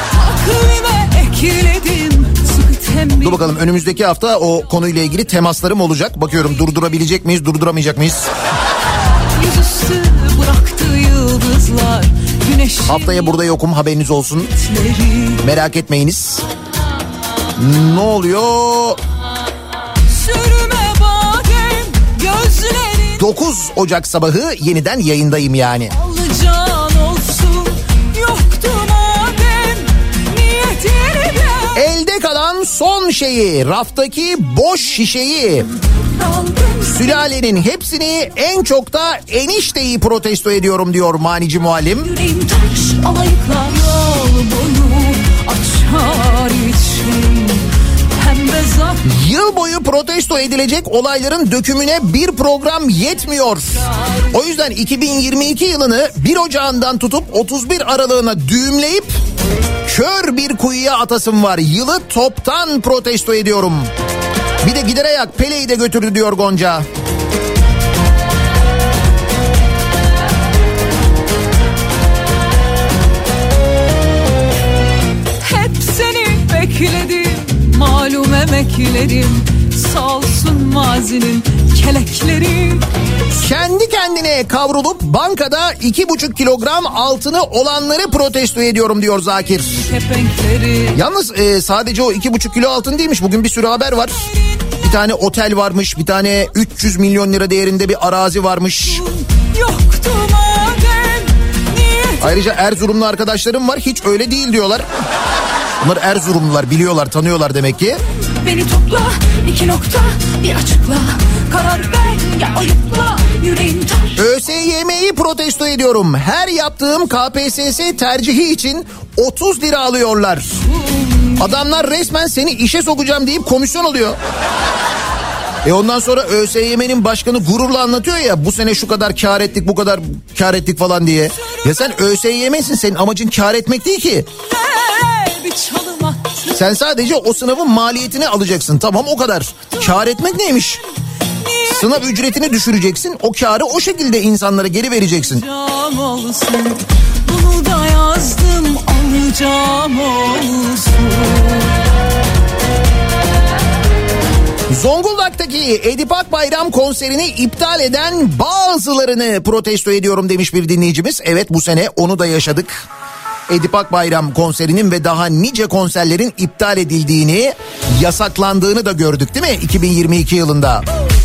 Dur bakalım, önümüzdeki hafta o konuyla ilgili temaslarım olacak. Bakıyorum durdurabilecek miyiz, durduramayacak mıyız? Yüzüstü bıraktı yıldızlar, güneşin Haftaya burada yokum, haberiniz olsun. Merak etmeyiniz. Ne oluyor? sürme badem gözlerin dokuz Ocak sabahı yeniden yayındayım yani. alacağın olsun, yoktu madem niyetini de Elde kalan son şeyi, raftaki boş şişeyi, aldım. sülalenin hepsini, en çok da enişteyi protesto ediyorum diyor manici muallim. Yüreğim taş alayıklar, yol boyu açar için pembe zaf. Yıl boyu protesto edilecek olayların dökümüne bir program yetmiyor. O yüzden iki bin yirmi iki yılını bir Ocağı'ndan tutup otuz bir Aralığına düğümleyip kör bir kuyuya atasım var. Yılı toptan protesto ediyorum. Bir de gider ayak Pele'yi de götürdü diyor Gonca. Hep seni bekledim, malum emeklerim, sağ olsun mazinin kelekleri. Kendi kendine kavrulup bankada iki buçuk kilogram altını olanları protesto ediyorum diyor Zakir. Yalnız e, sadece o iki buçuk kilo altın değilmiş. Bugün bir sürü haber var. Bir tane otel varmış, bir tane üç yüz milyon lira değerinde bir arazi varmış. Ayrıca Erzurumlu arkadaşlarım var, hiç öyle değil diyorlar. Bunlar Erzurumlular, biliyorlar, tanıyorlar demek ki. Beni topla, iki nokta, bir açıkla. Karar ver, ya ayıpla, yüreğin tar. ÖSYM'yi protesto ediyorum. Her yaptığım K P S S tercihi için otuz lira alıyorlar. Adamlar resmen seni işe sokacağım deyip komisyon alıyor. E ondan sonra ÖSYM'nin başkanı gururla anlatıyor ya, bu sene şu kadar kar ettik, bu kadar kar ettik falan diye. Ya sen ÖSYM'sin, senin amacın kar etmek değil ki. Sen sadece o sınavın maliyetini alacaksın, tamam, o kadar. Kar etmek neymiş? Sınav ücretini düşüreceksin, o karı o şekilde insanlara geri vereceksin. Bunu da yazdım, alacağım olsun. Zonguldak'taki Edip Akbayram konserini iptal eden bazılarını protesto ediyorum demiş bir dinleyicimiz. Evet, bu sene onu da yaşadık. Edip Akbayram konserinin ve daha nice konserlerin iptal edildiğini, yasaklandığını da gördük değil mi iki bin yirmi iki yılında.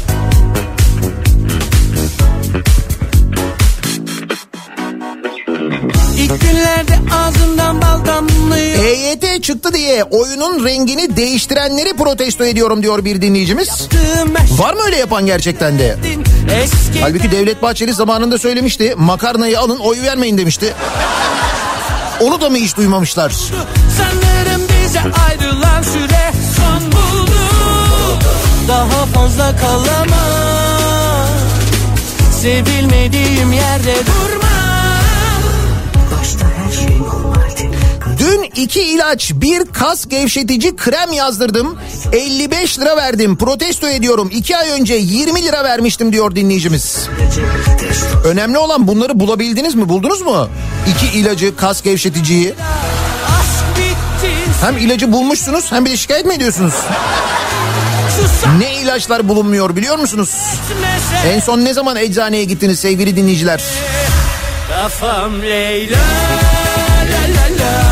İlk günlerde ağzımdan bal damlıyor. E Y T çıktı diye oyunun rengini değiştirenleri protesto ediyorum diyor bir dinleyicimiz. Var mı öyle yapan gerçekten de? Halbuki Devlet Bahçeli zamanında söylemişti. Makarnayı alın, oy vermeyin demişti. Onu da mı hiç duymamışlar? Sanırım bize ayrılan süre son buldu. Daha fazla kalamam. Sevilmediğim yerde durma. Dün iki ilaç, bir kas gevşetici krem yazdırdım. elli beş lira verdim. Protesto ediyorum. iki ay önce yirmi lira vermiştim diyor dinleyicimiz. Önemli olan bunları bulabildiniz mi? Buldunuz mu? İki ilacı, kas gevşeticiyi. Hem ilacı bulmuşsunuz hem bir de şikayet mi ediyorsunuz? Ne ilaçlar bulunmuyor biliyor musunuz? En son ne zaman eczaneye gittiniz sevgili dinleyiciler? Kafam Leyla la la la.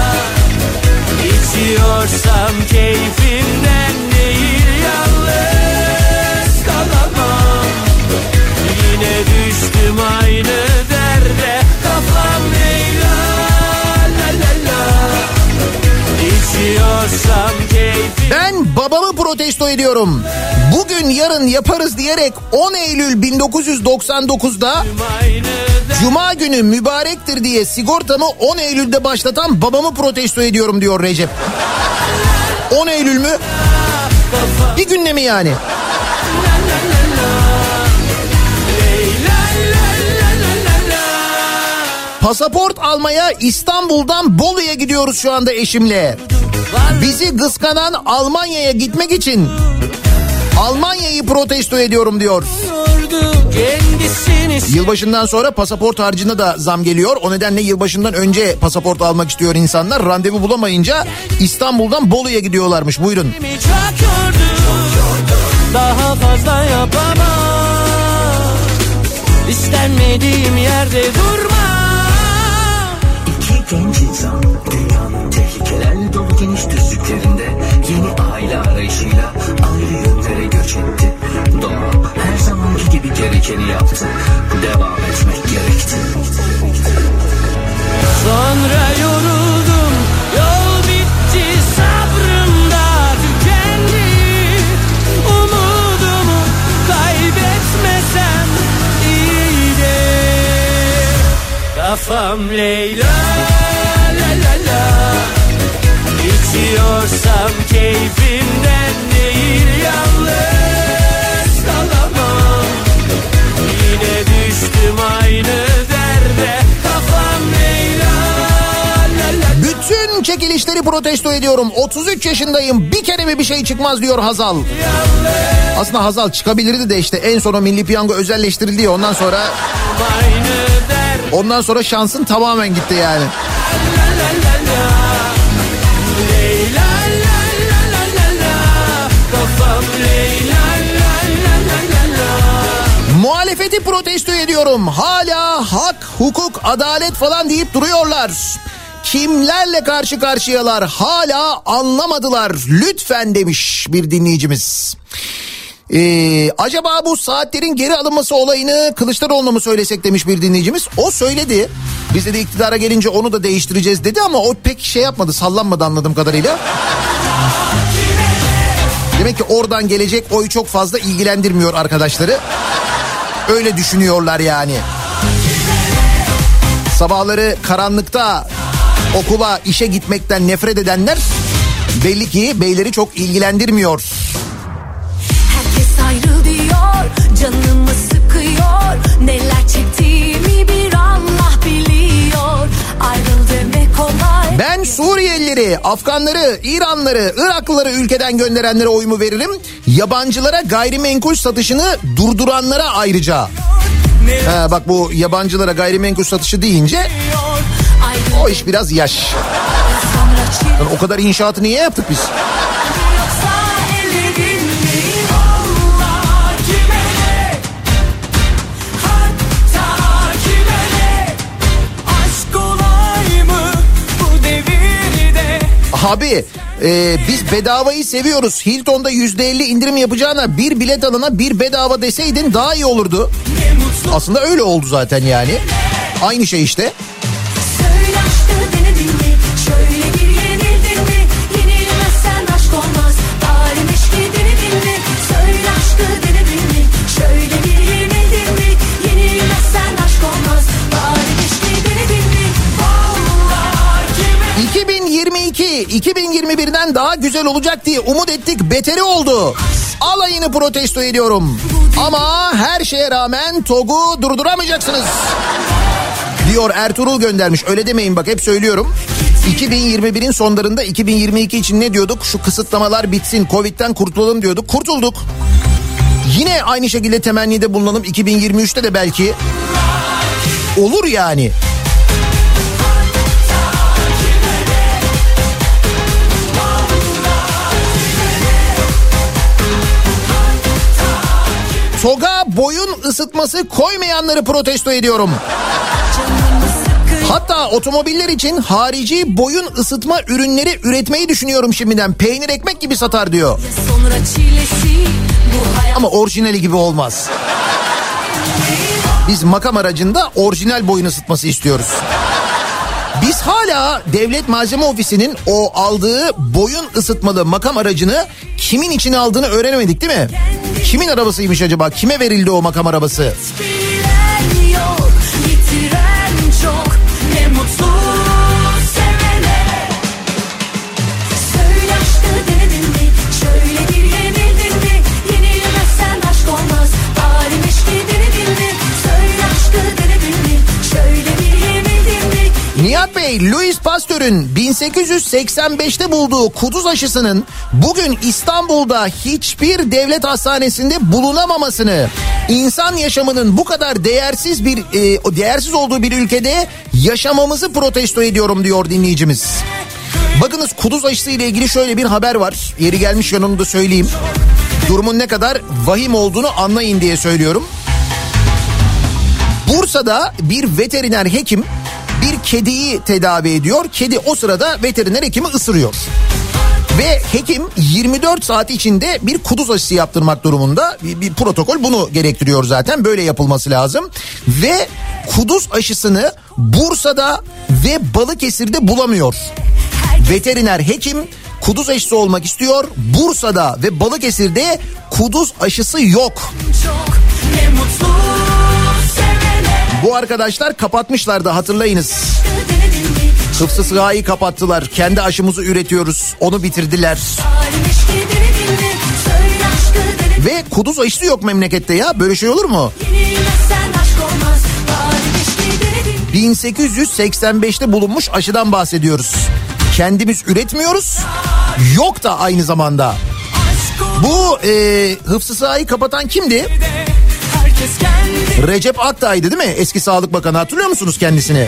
İçiyorsam keyfimden değil, yalnız kalamam. Yine düştüm aynı derde. Kafam Leyla la la la. İçiyorsam keyfim. Ben babamı protesto ediyorum. Bugün yarın yaparız diyerek on Eylül bin dokuz yüz doksan dokuzda Cuma günü mübarektir diye sigortamı on Eylül'de başlatan babamı protesto ediyorum diyor Recep. on Eylül mü? Bir günle mi yani? Pasaport almaya İstanbul'dan Bolu'ya gidiyoruz şu anda eşimle. Bizi kıskanan Almanya'ya gitmek için Almanya'yı protesto ediyorum diyor. Yılbaşından sonra pasaport harcına da zam geliyor. O nedenle yılbaşından önce pasaport almak istiyor insanlar. Randevu bulamayınca İstanbul'dan Bolu'ya gidiyorlarmış. Buyurun. Daha fazla yapamam. İstenmediğim yerde durma. İki genç insan dünyanın tehlikelerle dolu geniş düzlüklerinde yeni aile arayışıyla ayrı yönlere göç etti. Doğa her zamanki gibi gerekeni yaptı. Devam etmek gerekti. Sonra yoruldum, yol bitti, sabrım da tükendi. Umudumu kaybetmesem iyiydi. Kafam Leyla la la la. İçiyorsam keyfimden değil, yalnız kalamam. Yine düştüm aynı derde. Kafam Leyla la la. Bütün çekilişleri protesto ediyorum. otuz üç yaşındayım, bir kere mi bir şey çıkmaz diyor Hazal. Aslında Hazal çıkabilirdi de işte en son o Milli Piyango özelleştirildi ya, ondan sonra ondan sonra şansın tamamen gitti yani. Muhalefeti protesto ediyorum. Hala hak, hukuk, adalet falan deyip duruyorlar. Kimlerle karşı karşıyalar hala anlamadılar. Lütfen demiş bir dinleyicimiz. Ee, acaba bu saatlerin geri alınması olayını Kılıçdaroğlu'na mı söylesek demiş bir dinleyicimiz. O söyledi. Biz de iktidara gelince onu da değiştireceğiz dedi ama o pek şey yapmadı, sallanmadı anladığım kadarıyla. Demek ki oradan gelecek oy çok fazla ilgilendirmiyor arkadaşları. Öyle düşünüyorlar yani. Sabahları karanlıkta okula, işe gitmekten nefret edenler belli ki beyleri çok ilgilendirmiyor. Herkes ayrı diyor, canımı sıkıyor. Neler çektiğimi bir Allah biliyor. Ayrıl demek kolay. Ben Suriyelileri, Afganları, İranlıları, Iraklıları ülkeden gönderenlere oyumu veririm. Yabancılara gayrimenkul satışını durduranlara ayrıca. Ha, bak bu yabancılara gayrimenkul satışı deyince o iş biraz yaş. Yani o kadar inşaatı niye yaptık biz? Abi e, biz bedavayı seviyoruz. Hilton'da yüzde elli indirim yapacağına bir bilet alana bir bedava deseydin daha iyi olurdu. Aslında öyle oldu zaten yani. Aynı şey işte. Söyle aşkı denedin mi? Şöyle bir yenildin mi? Yenilmezsen aşk olmaz. Bari meşki denedin mi? Söyle aşkı denedin mi? Şöyle bir yenildin mi? Yenilmezsen aşk olmaz. Bari meşki denedin mi? Vallahi kime? iki bin yirmi iki iki bin yirmi birden daha güzel olacak diye umut ettik, beteri oldu. Alayını protesto ediyorum. Ama her şeye rağmen TOG'u durduramayacaksınız. Diyor Ertuğrul göndermiş. Öyle demeyin bak, hep söylüyorum. iki bin yirmi birin sonlarında iki bin yirmi iki için ne diyorduk? Şu kısıtlamalar bitsin, Covid'den kurtulalım diyorduk. Kurtulduk. Yine aynı şekilde temennide bulunalım. iki bin yirmi üçte de belki olur yani. TOG'a boyun ısıtması koymayanları protesto ediyorum. Hatta otomobiller için harici boyun ısıtma ürünleri üretmeyi düşünüyorum şimdiden. Peynir ekmek gibi satar diyor. Ama orijinali gibi olmaz. Biz makam aracında orijinal boyun ısıtması istiyoruz. Biz hala Devlet Malzeme Ofisi'nin o aldığı boyun ısıtmalı makam aracını kimin için aldığını öğrenemedik değil mi? Kimin arabasıymış acaba? Kime verildi o makam arabası? Yok, yitiren çok, ne mutlu sevene. Söyle aşkı denedin mi? Şöyle bir yenildin mi? Yenilmezsen aşk olmaz. Bari meşki denedin mi? Söyle aşkı denedin mi? Şöyle bir yenildin mi? Nihat Bey, Louis Pasteur'ün bin sekiz yüz seksen beşte bulduğu kuduz aşısının bugün İstanbul'da hiçbir devlet hastanesinde bulunamamasını, insan yaşamının bu kadar değersiz bir e, değersiz olduğu bir ülkede yaşamamızı protesto ediyorum diyor dinleyicimiz. Bakınız, kuduz aşısı ile ilgili şöyle bir haber var. Yeri gelmiş yanını da söyleyeyim. Durumun ne kadar vahim olduğunu anlayın diye söylüyorum. Bursa'da bir veteriner hekim bir kediyi tedavi ediyor. Kedi o sırada veteriner hekimi ısırıyor. Ve hekim yirmi dört saat içinde bir kuduz aşısı yaptırmak durumunda. Bir, bir protokol bunu gerektiriyor zaten. Böyle yapılması lazım. Ve kuduz aşısını Bursa'da ve Balıkesir'de bulamıyor. Veteriner hekim kuduz aşısı olmak istiyor. Bursa'da ve Balıkesir'de kuduz aşısı yok. Çok, ne mutlu sevene. Bu arkadaşlar kapatmışlardı, hatırlayınız. Hıfzı Sıhha'yı kapattılar. Kendi aşımızı üretiyoruz. Onu bitirdiler. Ve kuduz aşısı yok memlekette ya. Böyle şey olur mu? bin sekiz yüz seksen beşte bulunmuş aşıdan bahsediyoruz. Kendimiz üretmiyoruz. Yok da aynı zamanda. Bu e, Hıfzı Sıhha'yı kapatan kimdi? Recep Akdağ'ydı değil mi? Eski Sağlık Bakanı, hatırlıyor musunuz kendisini?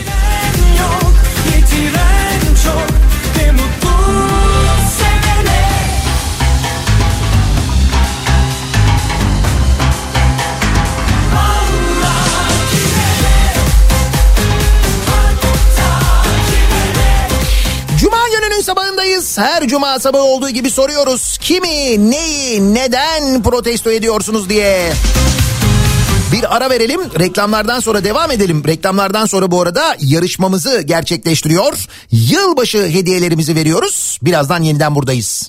buradayız. Her cuma sabahı olduğu gibi soruyoruz. Kimi, neyi, neden protesto ediyorsunuz diye. Bir ara verelim, reklamlardan sonra devam edelim. Reklamlardan sonra bu arada yarışmamızı gerçekleştiriyor. Yılbaşı hediyelerimizi veriyoruz. Birazdan yeniden buradayız.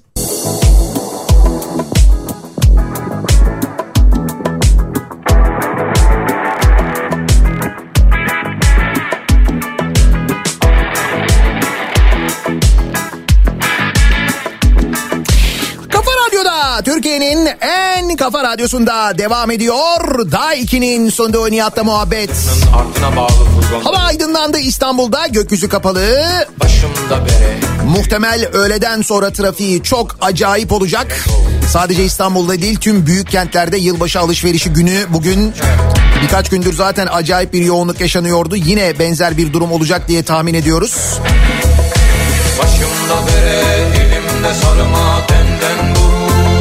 Türkiye'nin en kafa radyosunda devam ediyor. Daiki'nin sonunda Nihat'la muhabbet. Hava aydınlandı İstanbul'da, gökyüzü kapalı. Başımda bere. Muhtemel öğleden sonra trafiği çok acayip olacak. Sadece İstanbul'da değil, tüm büyük kentlerde yılbaşı alışverişi günü bugün. Birkaç gündür zaten acayip bir yoğunluk yaşanıyordu. Yine benzer bir durum olacak diye tahmin ediyoruz. Başımda bere, elimde sarma, benden vurur.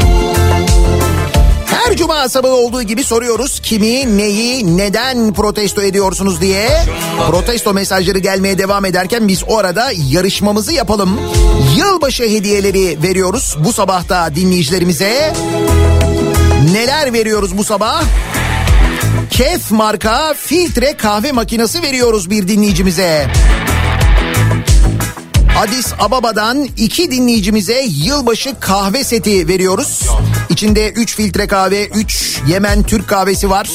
Her cuma sabahı olduğu gibi soruyoruz. Kimi, neyi, neden protesto ediyorsunuz diye. Protesto mesajları gelmeye devam ederken biz o arada yarışmamızı yapalım. Yılbaşı hediyeleri veriyoruz bu sabahta dinleyicilerimize. Neler veriyoruz bu sabah? Kef marka filtre kahve makinesi veriyoruz bir dinleyicimize. Addis Ababa'dan iki dinleyicimize yılbaşı kahve seti veriyoruz. İçinde üç filtre kahve, üç Yemen Türk kahvesi var.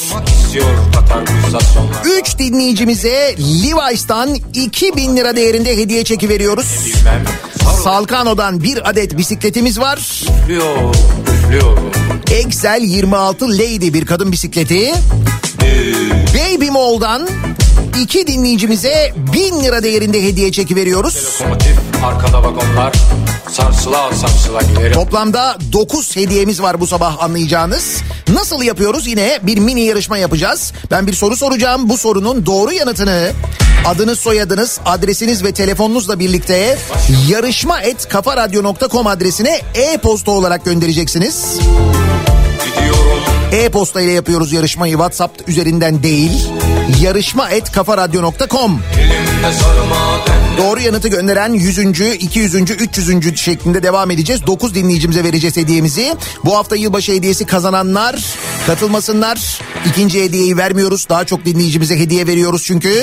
üç dinleyicimize Levi's'tan iki bin lira değerinde hediye çeki veriyoruz. Salkano'dan bir adet bisikletimiz var. Üflüyor, üflüyor. Excel yirmi altı Lady bir kadın bisikleti. Baby Mall'dan iki dinleyicimize bin lira değerinde hediye çeki veriyoruz. Lokomotif, arkada vagonlar, sarsıla sarsıla giderim. Toplamda dokuz hediyemiz var bu sabah, anlayacağınız. Nasıl yapıyoruz? Yine bir mini yarışma yapacağız. Ben bir soru soracağım. Bu sorunun doğru yanıtını adınız, soyadınız, adresiniz ve telefonunuzla birlikte yarışma et kafaradyo nokta com adresine e-posta olarak göndereceksiniz. E-posta ile yapıyoruz yarışmayı, WhatsApp üzerinden değil. yarışma et kafaradyo nokta com. Doğru yanıtı gönderen yüzüncü, iki yüzüncü, üç yüzüncü şeklinde devam edeceğiz. dokuz dinleyicimize vereceğiz hediyemizi. Bu hafta yılbaşı hediyesi kazananlar katılmasınlar. İkinci hediyeyi vermiyoruz. Daha çok dinleyicimize hediye veriyoruz çünkü.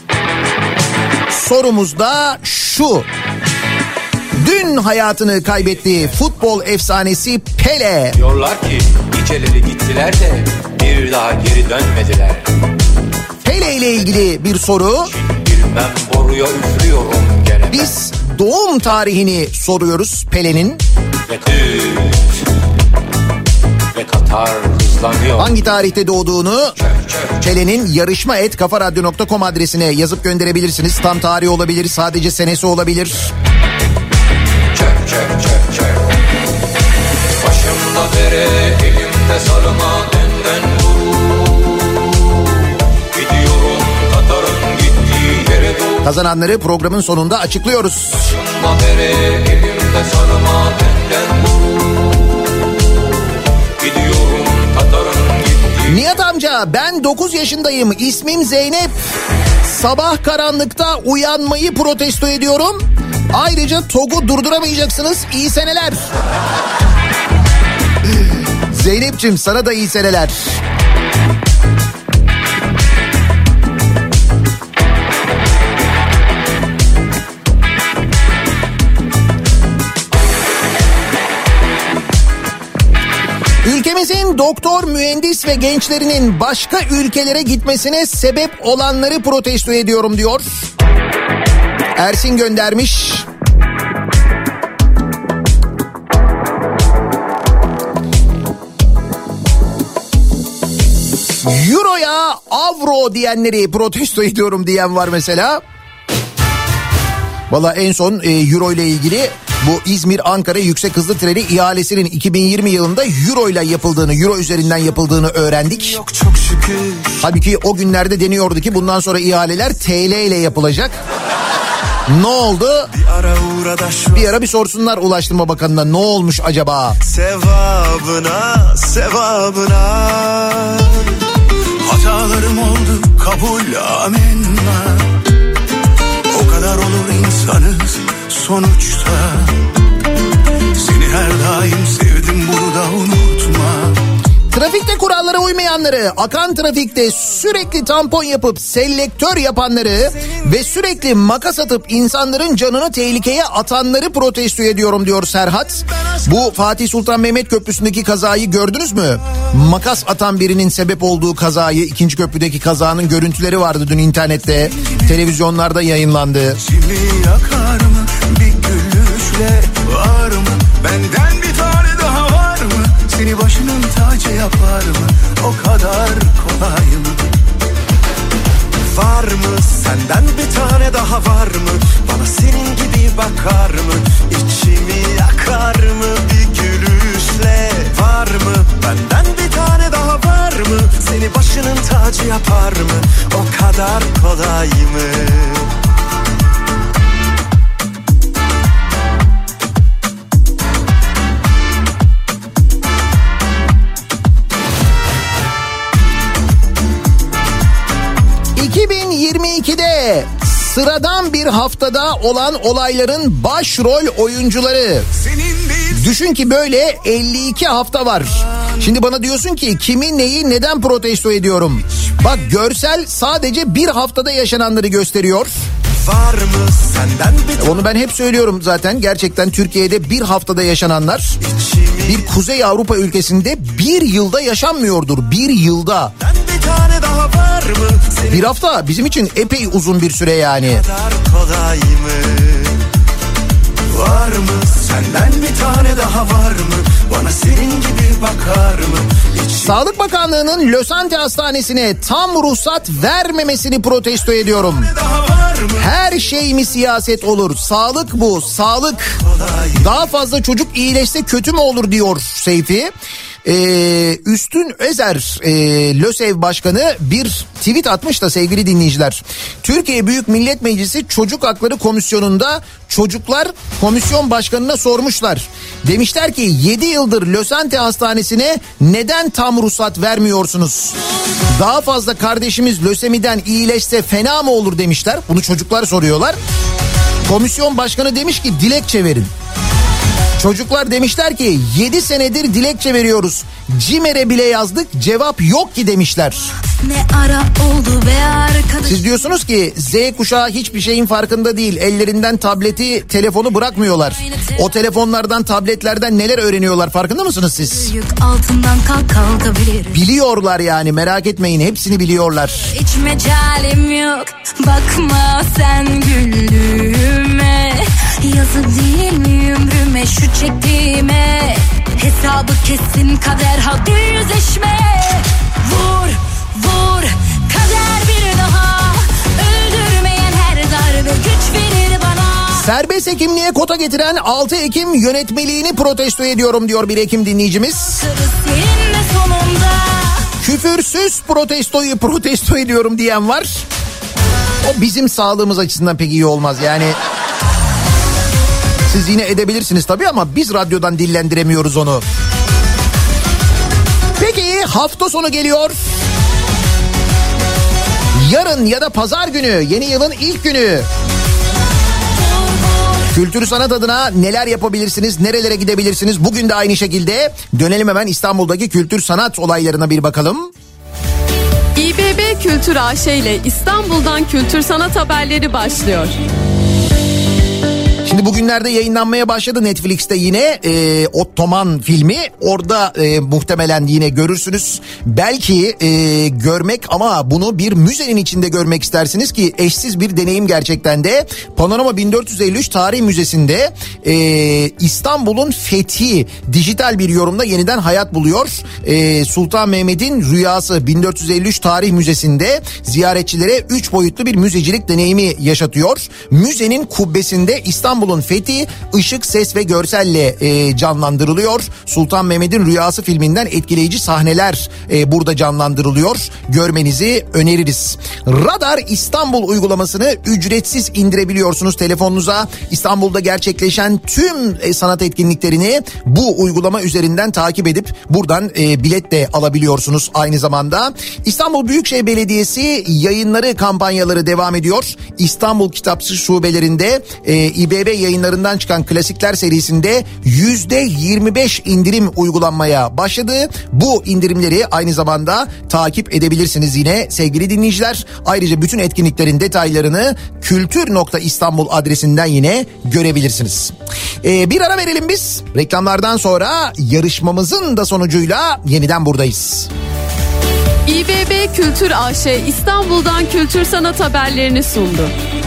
Sorumuz da şu. Dün hayatını kaybetti futbol efsanesi Pele. Diyorlar ki geceleri gittiler de bir daha geri dönmediler. Pele ile ilgili bir soru. Ben boruya üflüyorum gene. Biz doğum tarihini soruyoruz Pele'nin. Ve tüt, ve Katar hızlanıyor. Hangi tarihte doğduğunu Pele'nin yarışma et kafaradyo nokta com adresine yazıp gönderebilirsiniz. Tam tarihi olabilir, sadece senesi olabilir. Çök çök çök çök. Başımda bere, elimde sarma, benden vurur. Gidiyorum Katar'ın gittiği yere doğru. Kazananları programın sonunda açıklıyoruz. Başımda bere, elimde sarma, benden vurur. Gidiyorum Katar'ın gittiği. Nihat amca, ben dokuz yaşındayım, ismim Zeynep. Sabah karanlıkta uyanmayı protesto ediyorum. Ayrıca T O G'u durduramayacaksınız. İyi seneler. Zeynep'ciğim, sana da iyi seneler. Ülkemizin doktor, mühendis ve gençlerinin başka ülkelere gitmesine sebep olanları protesto ediyorum diyor. Ersin göndermiş. Euro'ya avro diyenleri protesto ediyorum diyen var mesela. Valla en son e, Euro ile ilgili bu İzmir-Ankara yüksek hızlı treni ihalesinin iki bin yirmi yılında Euro ile yapıldığını, Euro üzerinden yapıldığını öğrendik. Yok, çok şükür. Halbuki o günlerde deniyordu ki bundan sonra ihaleler T L ile yapılacak. Ne oldu? Bir ara uğrada şu Bir ara bir sorsunlar Ulaştırma Bakanı'na, ne olmuş acaba? sevabına, sevabına. Hatalarım oldu, kabul, amenna. O kadar olur insanız sonuçta. yapanları, akan trafikte sürekli tampon yapıp selektör yapanları ve sürekli makas atıp insanların canını tehlikeye atanları protesto ediyorum diyor Serhat. Bu Fatih Sultan Mehmet Köprüsü'ndeki kazayı gördünüz mü? Makas atan birinin sebep olduğu kazayı, ikinci köprüdeki kazanın görüntüleri vardı dün internette, televizyonlarda yayınlandı. Şimdi yakar mı bir gülüşle, var mı benden bir tane daha, var mı seni başının tacı yapar mı, o kadar kolay mı? Var mı senden bir tane daha, var mı bana senin gibi bakar mı, içimi yakar mı bir gülüşle, var mı benden bir tane daha, var mı seni başının tacı yapar mı, o kadar kolay mı? iki bin yirmi ikide sıradan bir haftada olan olayların başrol oyuncuları. Düşün ki böyle elli iki hafta var. Şimdi bana diyorsun ki kimi neyi neden protesto ediyorum? Bak görsel sadece bir haftada yaşananları gösteriyor. Var mı senden bir... Onu ben hep söylüyorum zaten, gerçekten Türkiye'de bir haftada yaşananlar bir Kuzey Avrupa ülkesinde bir yılda yaşanmıyordur. Bir yılda. Bir tane daha var mı? Bir hafta bizim için epey uzun bir süre yani. Kolay mı? Var mı senden bir tane daha, var mı bana senin gibi bakar mı? Hiç... Sağlık Bakanlığı'nın Lösante Hastanesi'ne tam ruhsat vermemesini protesto ediyorum. Her şey mi siyaset olur? Sağlık bu, sağlık. Daha fazla çocuk iyileşse kötü mü olur diyor Seyfi. Ee, Üstün Özer e, LÖSEV Başkanı bir tweet atmış da sevgili dinleyiciler. Türkiye Büyük Millet Meclisi Çocuk Hakları Komisyonu'nda çocuklar komisyon başkanına sormuşlar. Demişler ki yedi yıldır Lösante Hastanesi'ne neden tam ruhsat vermiyorsunuz? Daha fazla kardeşimiz lösemiden iyileşse fena mı olur demişler. Bunu çocuklar soruyorlar. Komisyon başkanı demiş ki dilekçe verin. Çocuklar demişler ki yedi senedir dilekçe veriyoruz. CİMER'e bile yazdık, cevap yok ki demişler. Ne ara oldu be arkadaş. Siz diyorsunuz ki Z kuşağı hiçbir şeyin farkında değil. Ellerinden tableti, telefonu bırakmıyorlar. O telefonlardan, tabletlerden neler öğreniyorlar farkında mısınız siz? Yük altından kalk kalkabilir. Biliyorlar yani, merak etmeyin, hepsini biliyorlar. Hiç mecalim yok, bakma sen güldüğüme. Yazı değil mi ömrüme şu çektiğime? Hesabı kesin kader, hadi yüzleşme. Vur vur kader bir daha, öldürmeyen her darbe güç verir bana. Serbest hekimliğe kota getiren altı Ekim yönetmeliğini protesto ediyorum diyor bir hekim dinleyicimiz. Küfürsüz protestoyu protesto ediyorum diyen var. O bizim sağlığımız açısından pek iyi olmaz yani. Siz yine edebilirsiniz tabii ama biz radyodan dillendiremiyoruz onu. Peki hafta sonu geliyor. Yarın ya da pazar günü, yeni yılın ilk günü. Kültür sanat adına neler yapabilirsiniz, nerelere gidebilirsiniz? Bugün de aynı şekilde dönelim hemen İstanbul'daki kültür sanat olaylarına bir bakalım. İ B B Kültür A Ş ile İstanbul'dan kültür sanat haberleri başlıyor. Şimdi bugünlerde yayınlanmaya başladı Netflix'te yine e, Ottoman filmi. Orada e, muhtemelen yine görürsünüz. Belki e, görmek ama bunu bir müzenin içinde görmek istersiniz ki eşsiz bir deneyim gerçekten de. Panorama bin dört yüz elli üç Tarih Müzesi'nde e, İstanbul'un fethi dijital bir yorumda yeniden hayat buluyor. E, Sultan Mehmet'in Rüyası bin dört yüz elli üç Tarih Müzesi'nde ziyaretçilere üç boyutlu bir müzecilik deneyimi yaşatıyor. Müzenin kubbesinde İstanbul İstanbul'un fethi ışık, ses ve görselle e, canlandırılıyor. Sultan Mehmet'in Rüyası filminden etkileyici sahneler e, burada canlandırılıyor. Görmenizi öneririz. Radar İstanbul uygulamasını ücretsiz indirebiliyorsunuz telefonunuza. İstanbul'da gerçekleşen tüm e, sanat etkinliklerini bu uygulama üzerinden takip edip buradan e, bilet de alabiliyorsunuz aynı zamanda. İstanbul Büyükşehir Belediyesi yayınları kampanyaları devam ediyor. İstanbul Kitapçı şubelerinde e, İ B B Emre Yayınları'ndan çıkan klasikler serisinde yüzde yirmi beş indirim uygulanmaya başladı. Bu indirimleri aynı zamanda takip edebilirsiniz yine sevgili dinleyiciler. Ayrıca bütün etkinliklerin detaylarını kültür nokta İstanbul adresinden yine görebilirsiniz. Ee, bir ara verelim biz. Reklamlardan sonra yarışmamızın da sonucuyla yeniden buradayız. İ B B Kültür A Ş İstanbul'dan kültür sanat haberlerini sundu.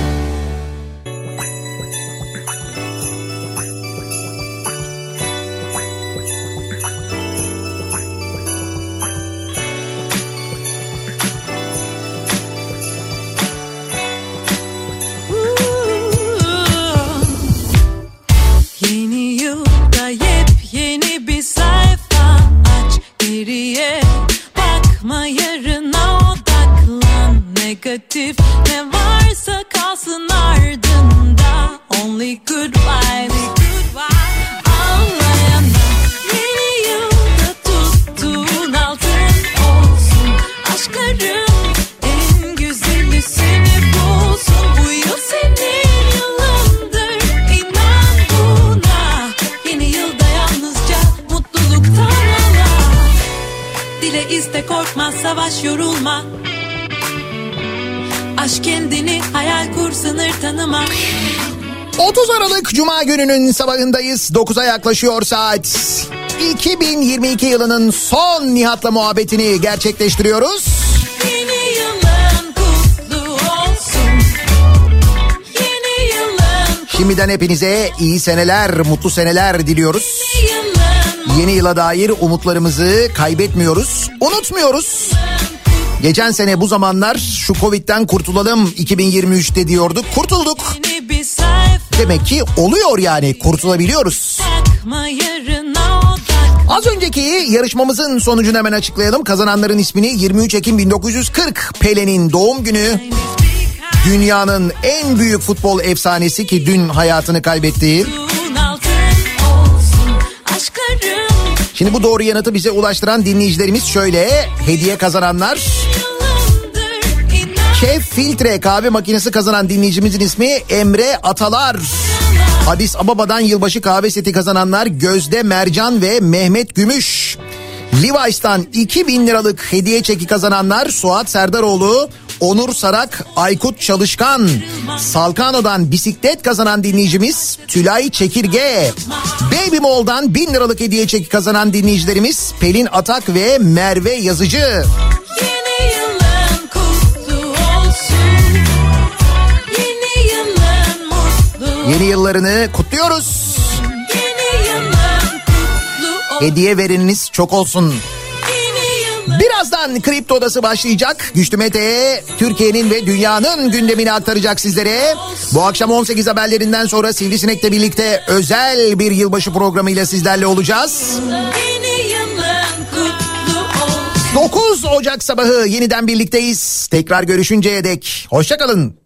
Yeni yılda yepyeni bir sayfa aç, geriye bakma, yarına odaklan. Negatif ne varsa kalsın ardında. Only good vibes, anlayana. Yeni yılda tuttuğun altın olsun. Aşkların en güzeli seni bulsun. Bu yıl senin yılındır, inan buna. Yeni yılda yalnızca mutluluktan ala. Dile iste, korkma, savaş, yorulma. Aşk kendini, hayal kur, sınır tanıma. otuz Aralık Cuma gününün sabahındayız. dokuza yaklaşıyor saat. iki bin yirmi iki yılının son Nihat'la muhabbetini gerçekleştiriyoruz. Yeni yılın kutlu olsun. Yeni yılın Şimdiden hepinize iyi seneler, mutlu seneler diliyoruz. yılın Yeni yıla dair umutlarımızı kaybetmiyoruz, unutmuyoruz. Geçen sene bu zamanlar şu Covid'den kurtulalım iki bin yirmi üçte diyorduk, kurtulduk. yeni bir sayfa. Demek ki oluyor yani, kurtulabiliyoruz. Bakma, yarına odaklan. Az önceki yarışmamızın sonucunu hemen açıklayalım. Kazananların ismini yirmi üç Ekim bin dokuz yüz kırk Pele'nin doğum günü. Dünyanın en büyük futbol efsanesi ki dün hayatını kaybetti. Şimdi bu doğru yanıtı bize ulaştıran dinleyicilerimiz şöyle. Hediye kazananlar: Şef Filtre kahve makinesi kazanan dinleyicimizin ismi Emre Atalar. Addis Ababa'dan yılbaşı kahve seti kazananlar Gözde Mercan ve Mehmet Gümüş. Levi's'tan iki bin liralık hediye çeki kazananlar Suat Serdaroğlu, Onur Sarak, Aykut Çalışkan. Salkano'dan bisiklet kazanan dinleyicimiz Tülay Çekirge. Baby Mall'dan bin liralık hediye çeki kazanan dinleyicilerimiz Pelin Atak ve Merve Yazıcı. Yeni yılın kutlu olsun. Yeni yılın mutlu. Yeni yıllarını kutluyoruz. Yeni yılın kutlu olsun. Hediye vereniniz çok olsun. Birazdan Kripto Odası başlayacak. Güçlü Mete Türkiye'nin ve dünyanın gündemini aktaracak sizlere. Bu akşam on sekiz haberlerinden sonra Sivrisinek'le birlikte özel bir yılbaşı programıyla sizlerle olacağız. Yeni yılın kutlu olsun. dokuz Ocak sabahı yeniden birlikteyiz. Tekrar görüşünceye dek hoşça kalın.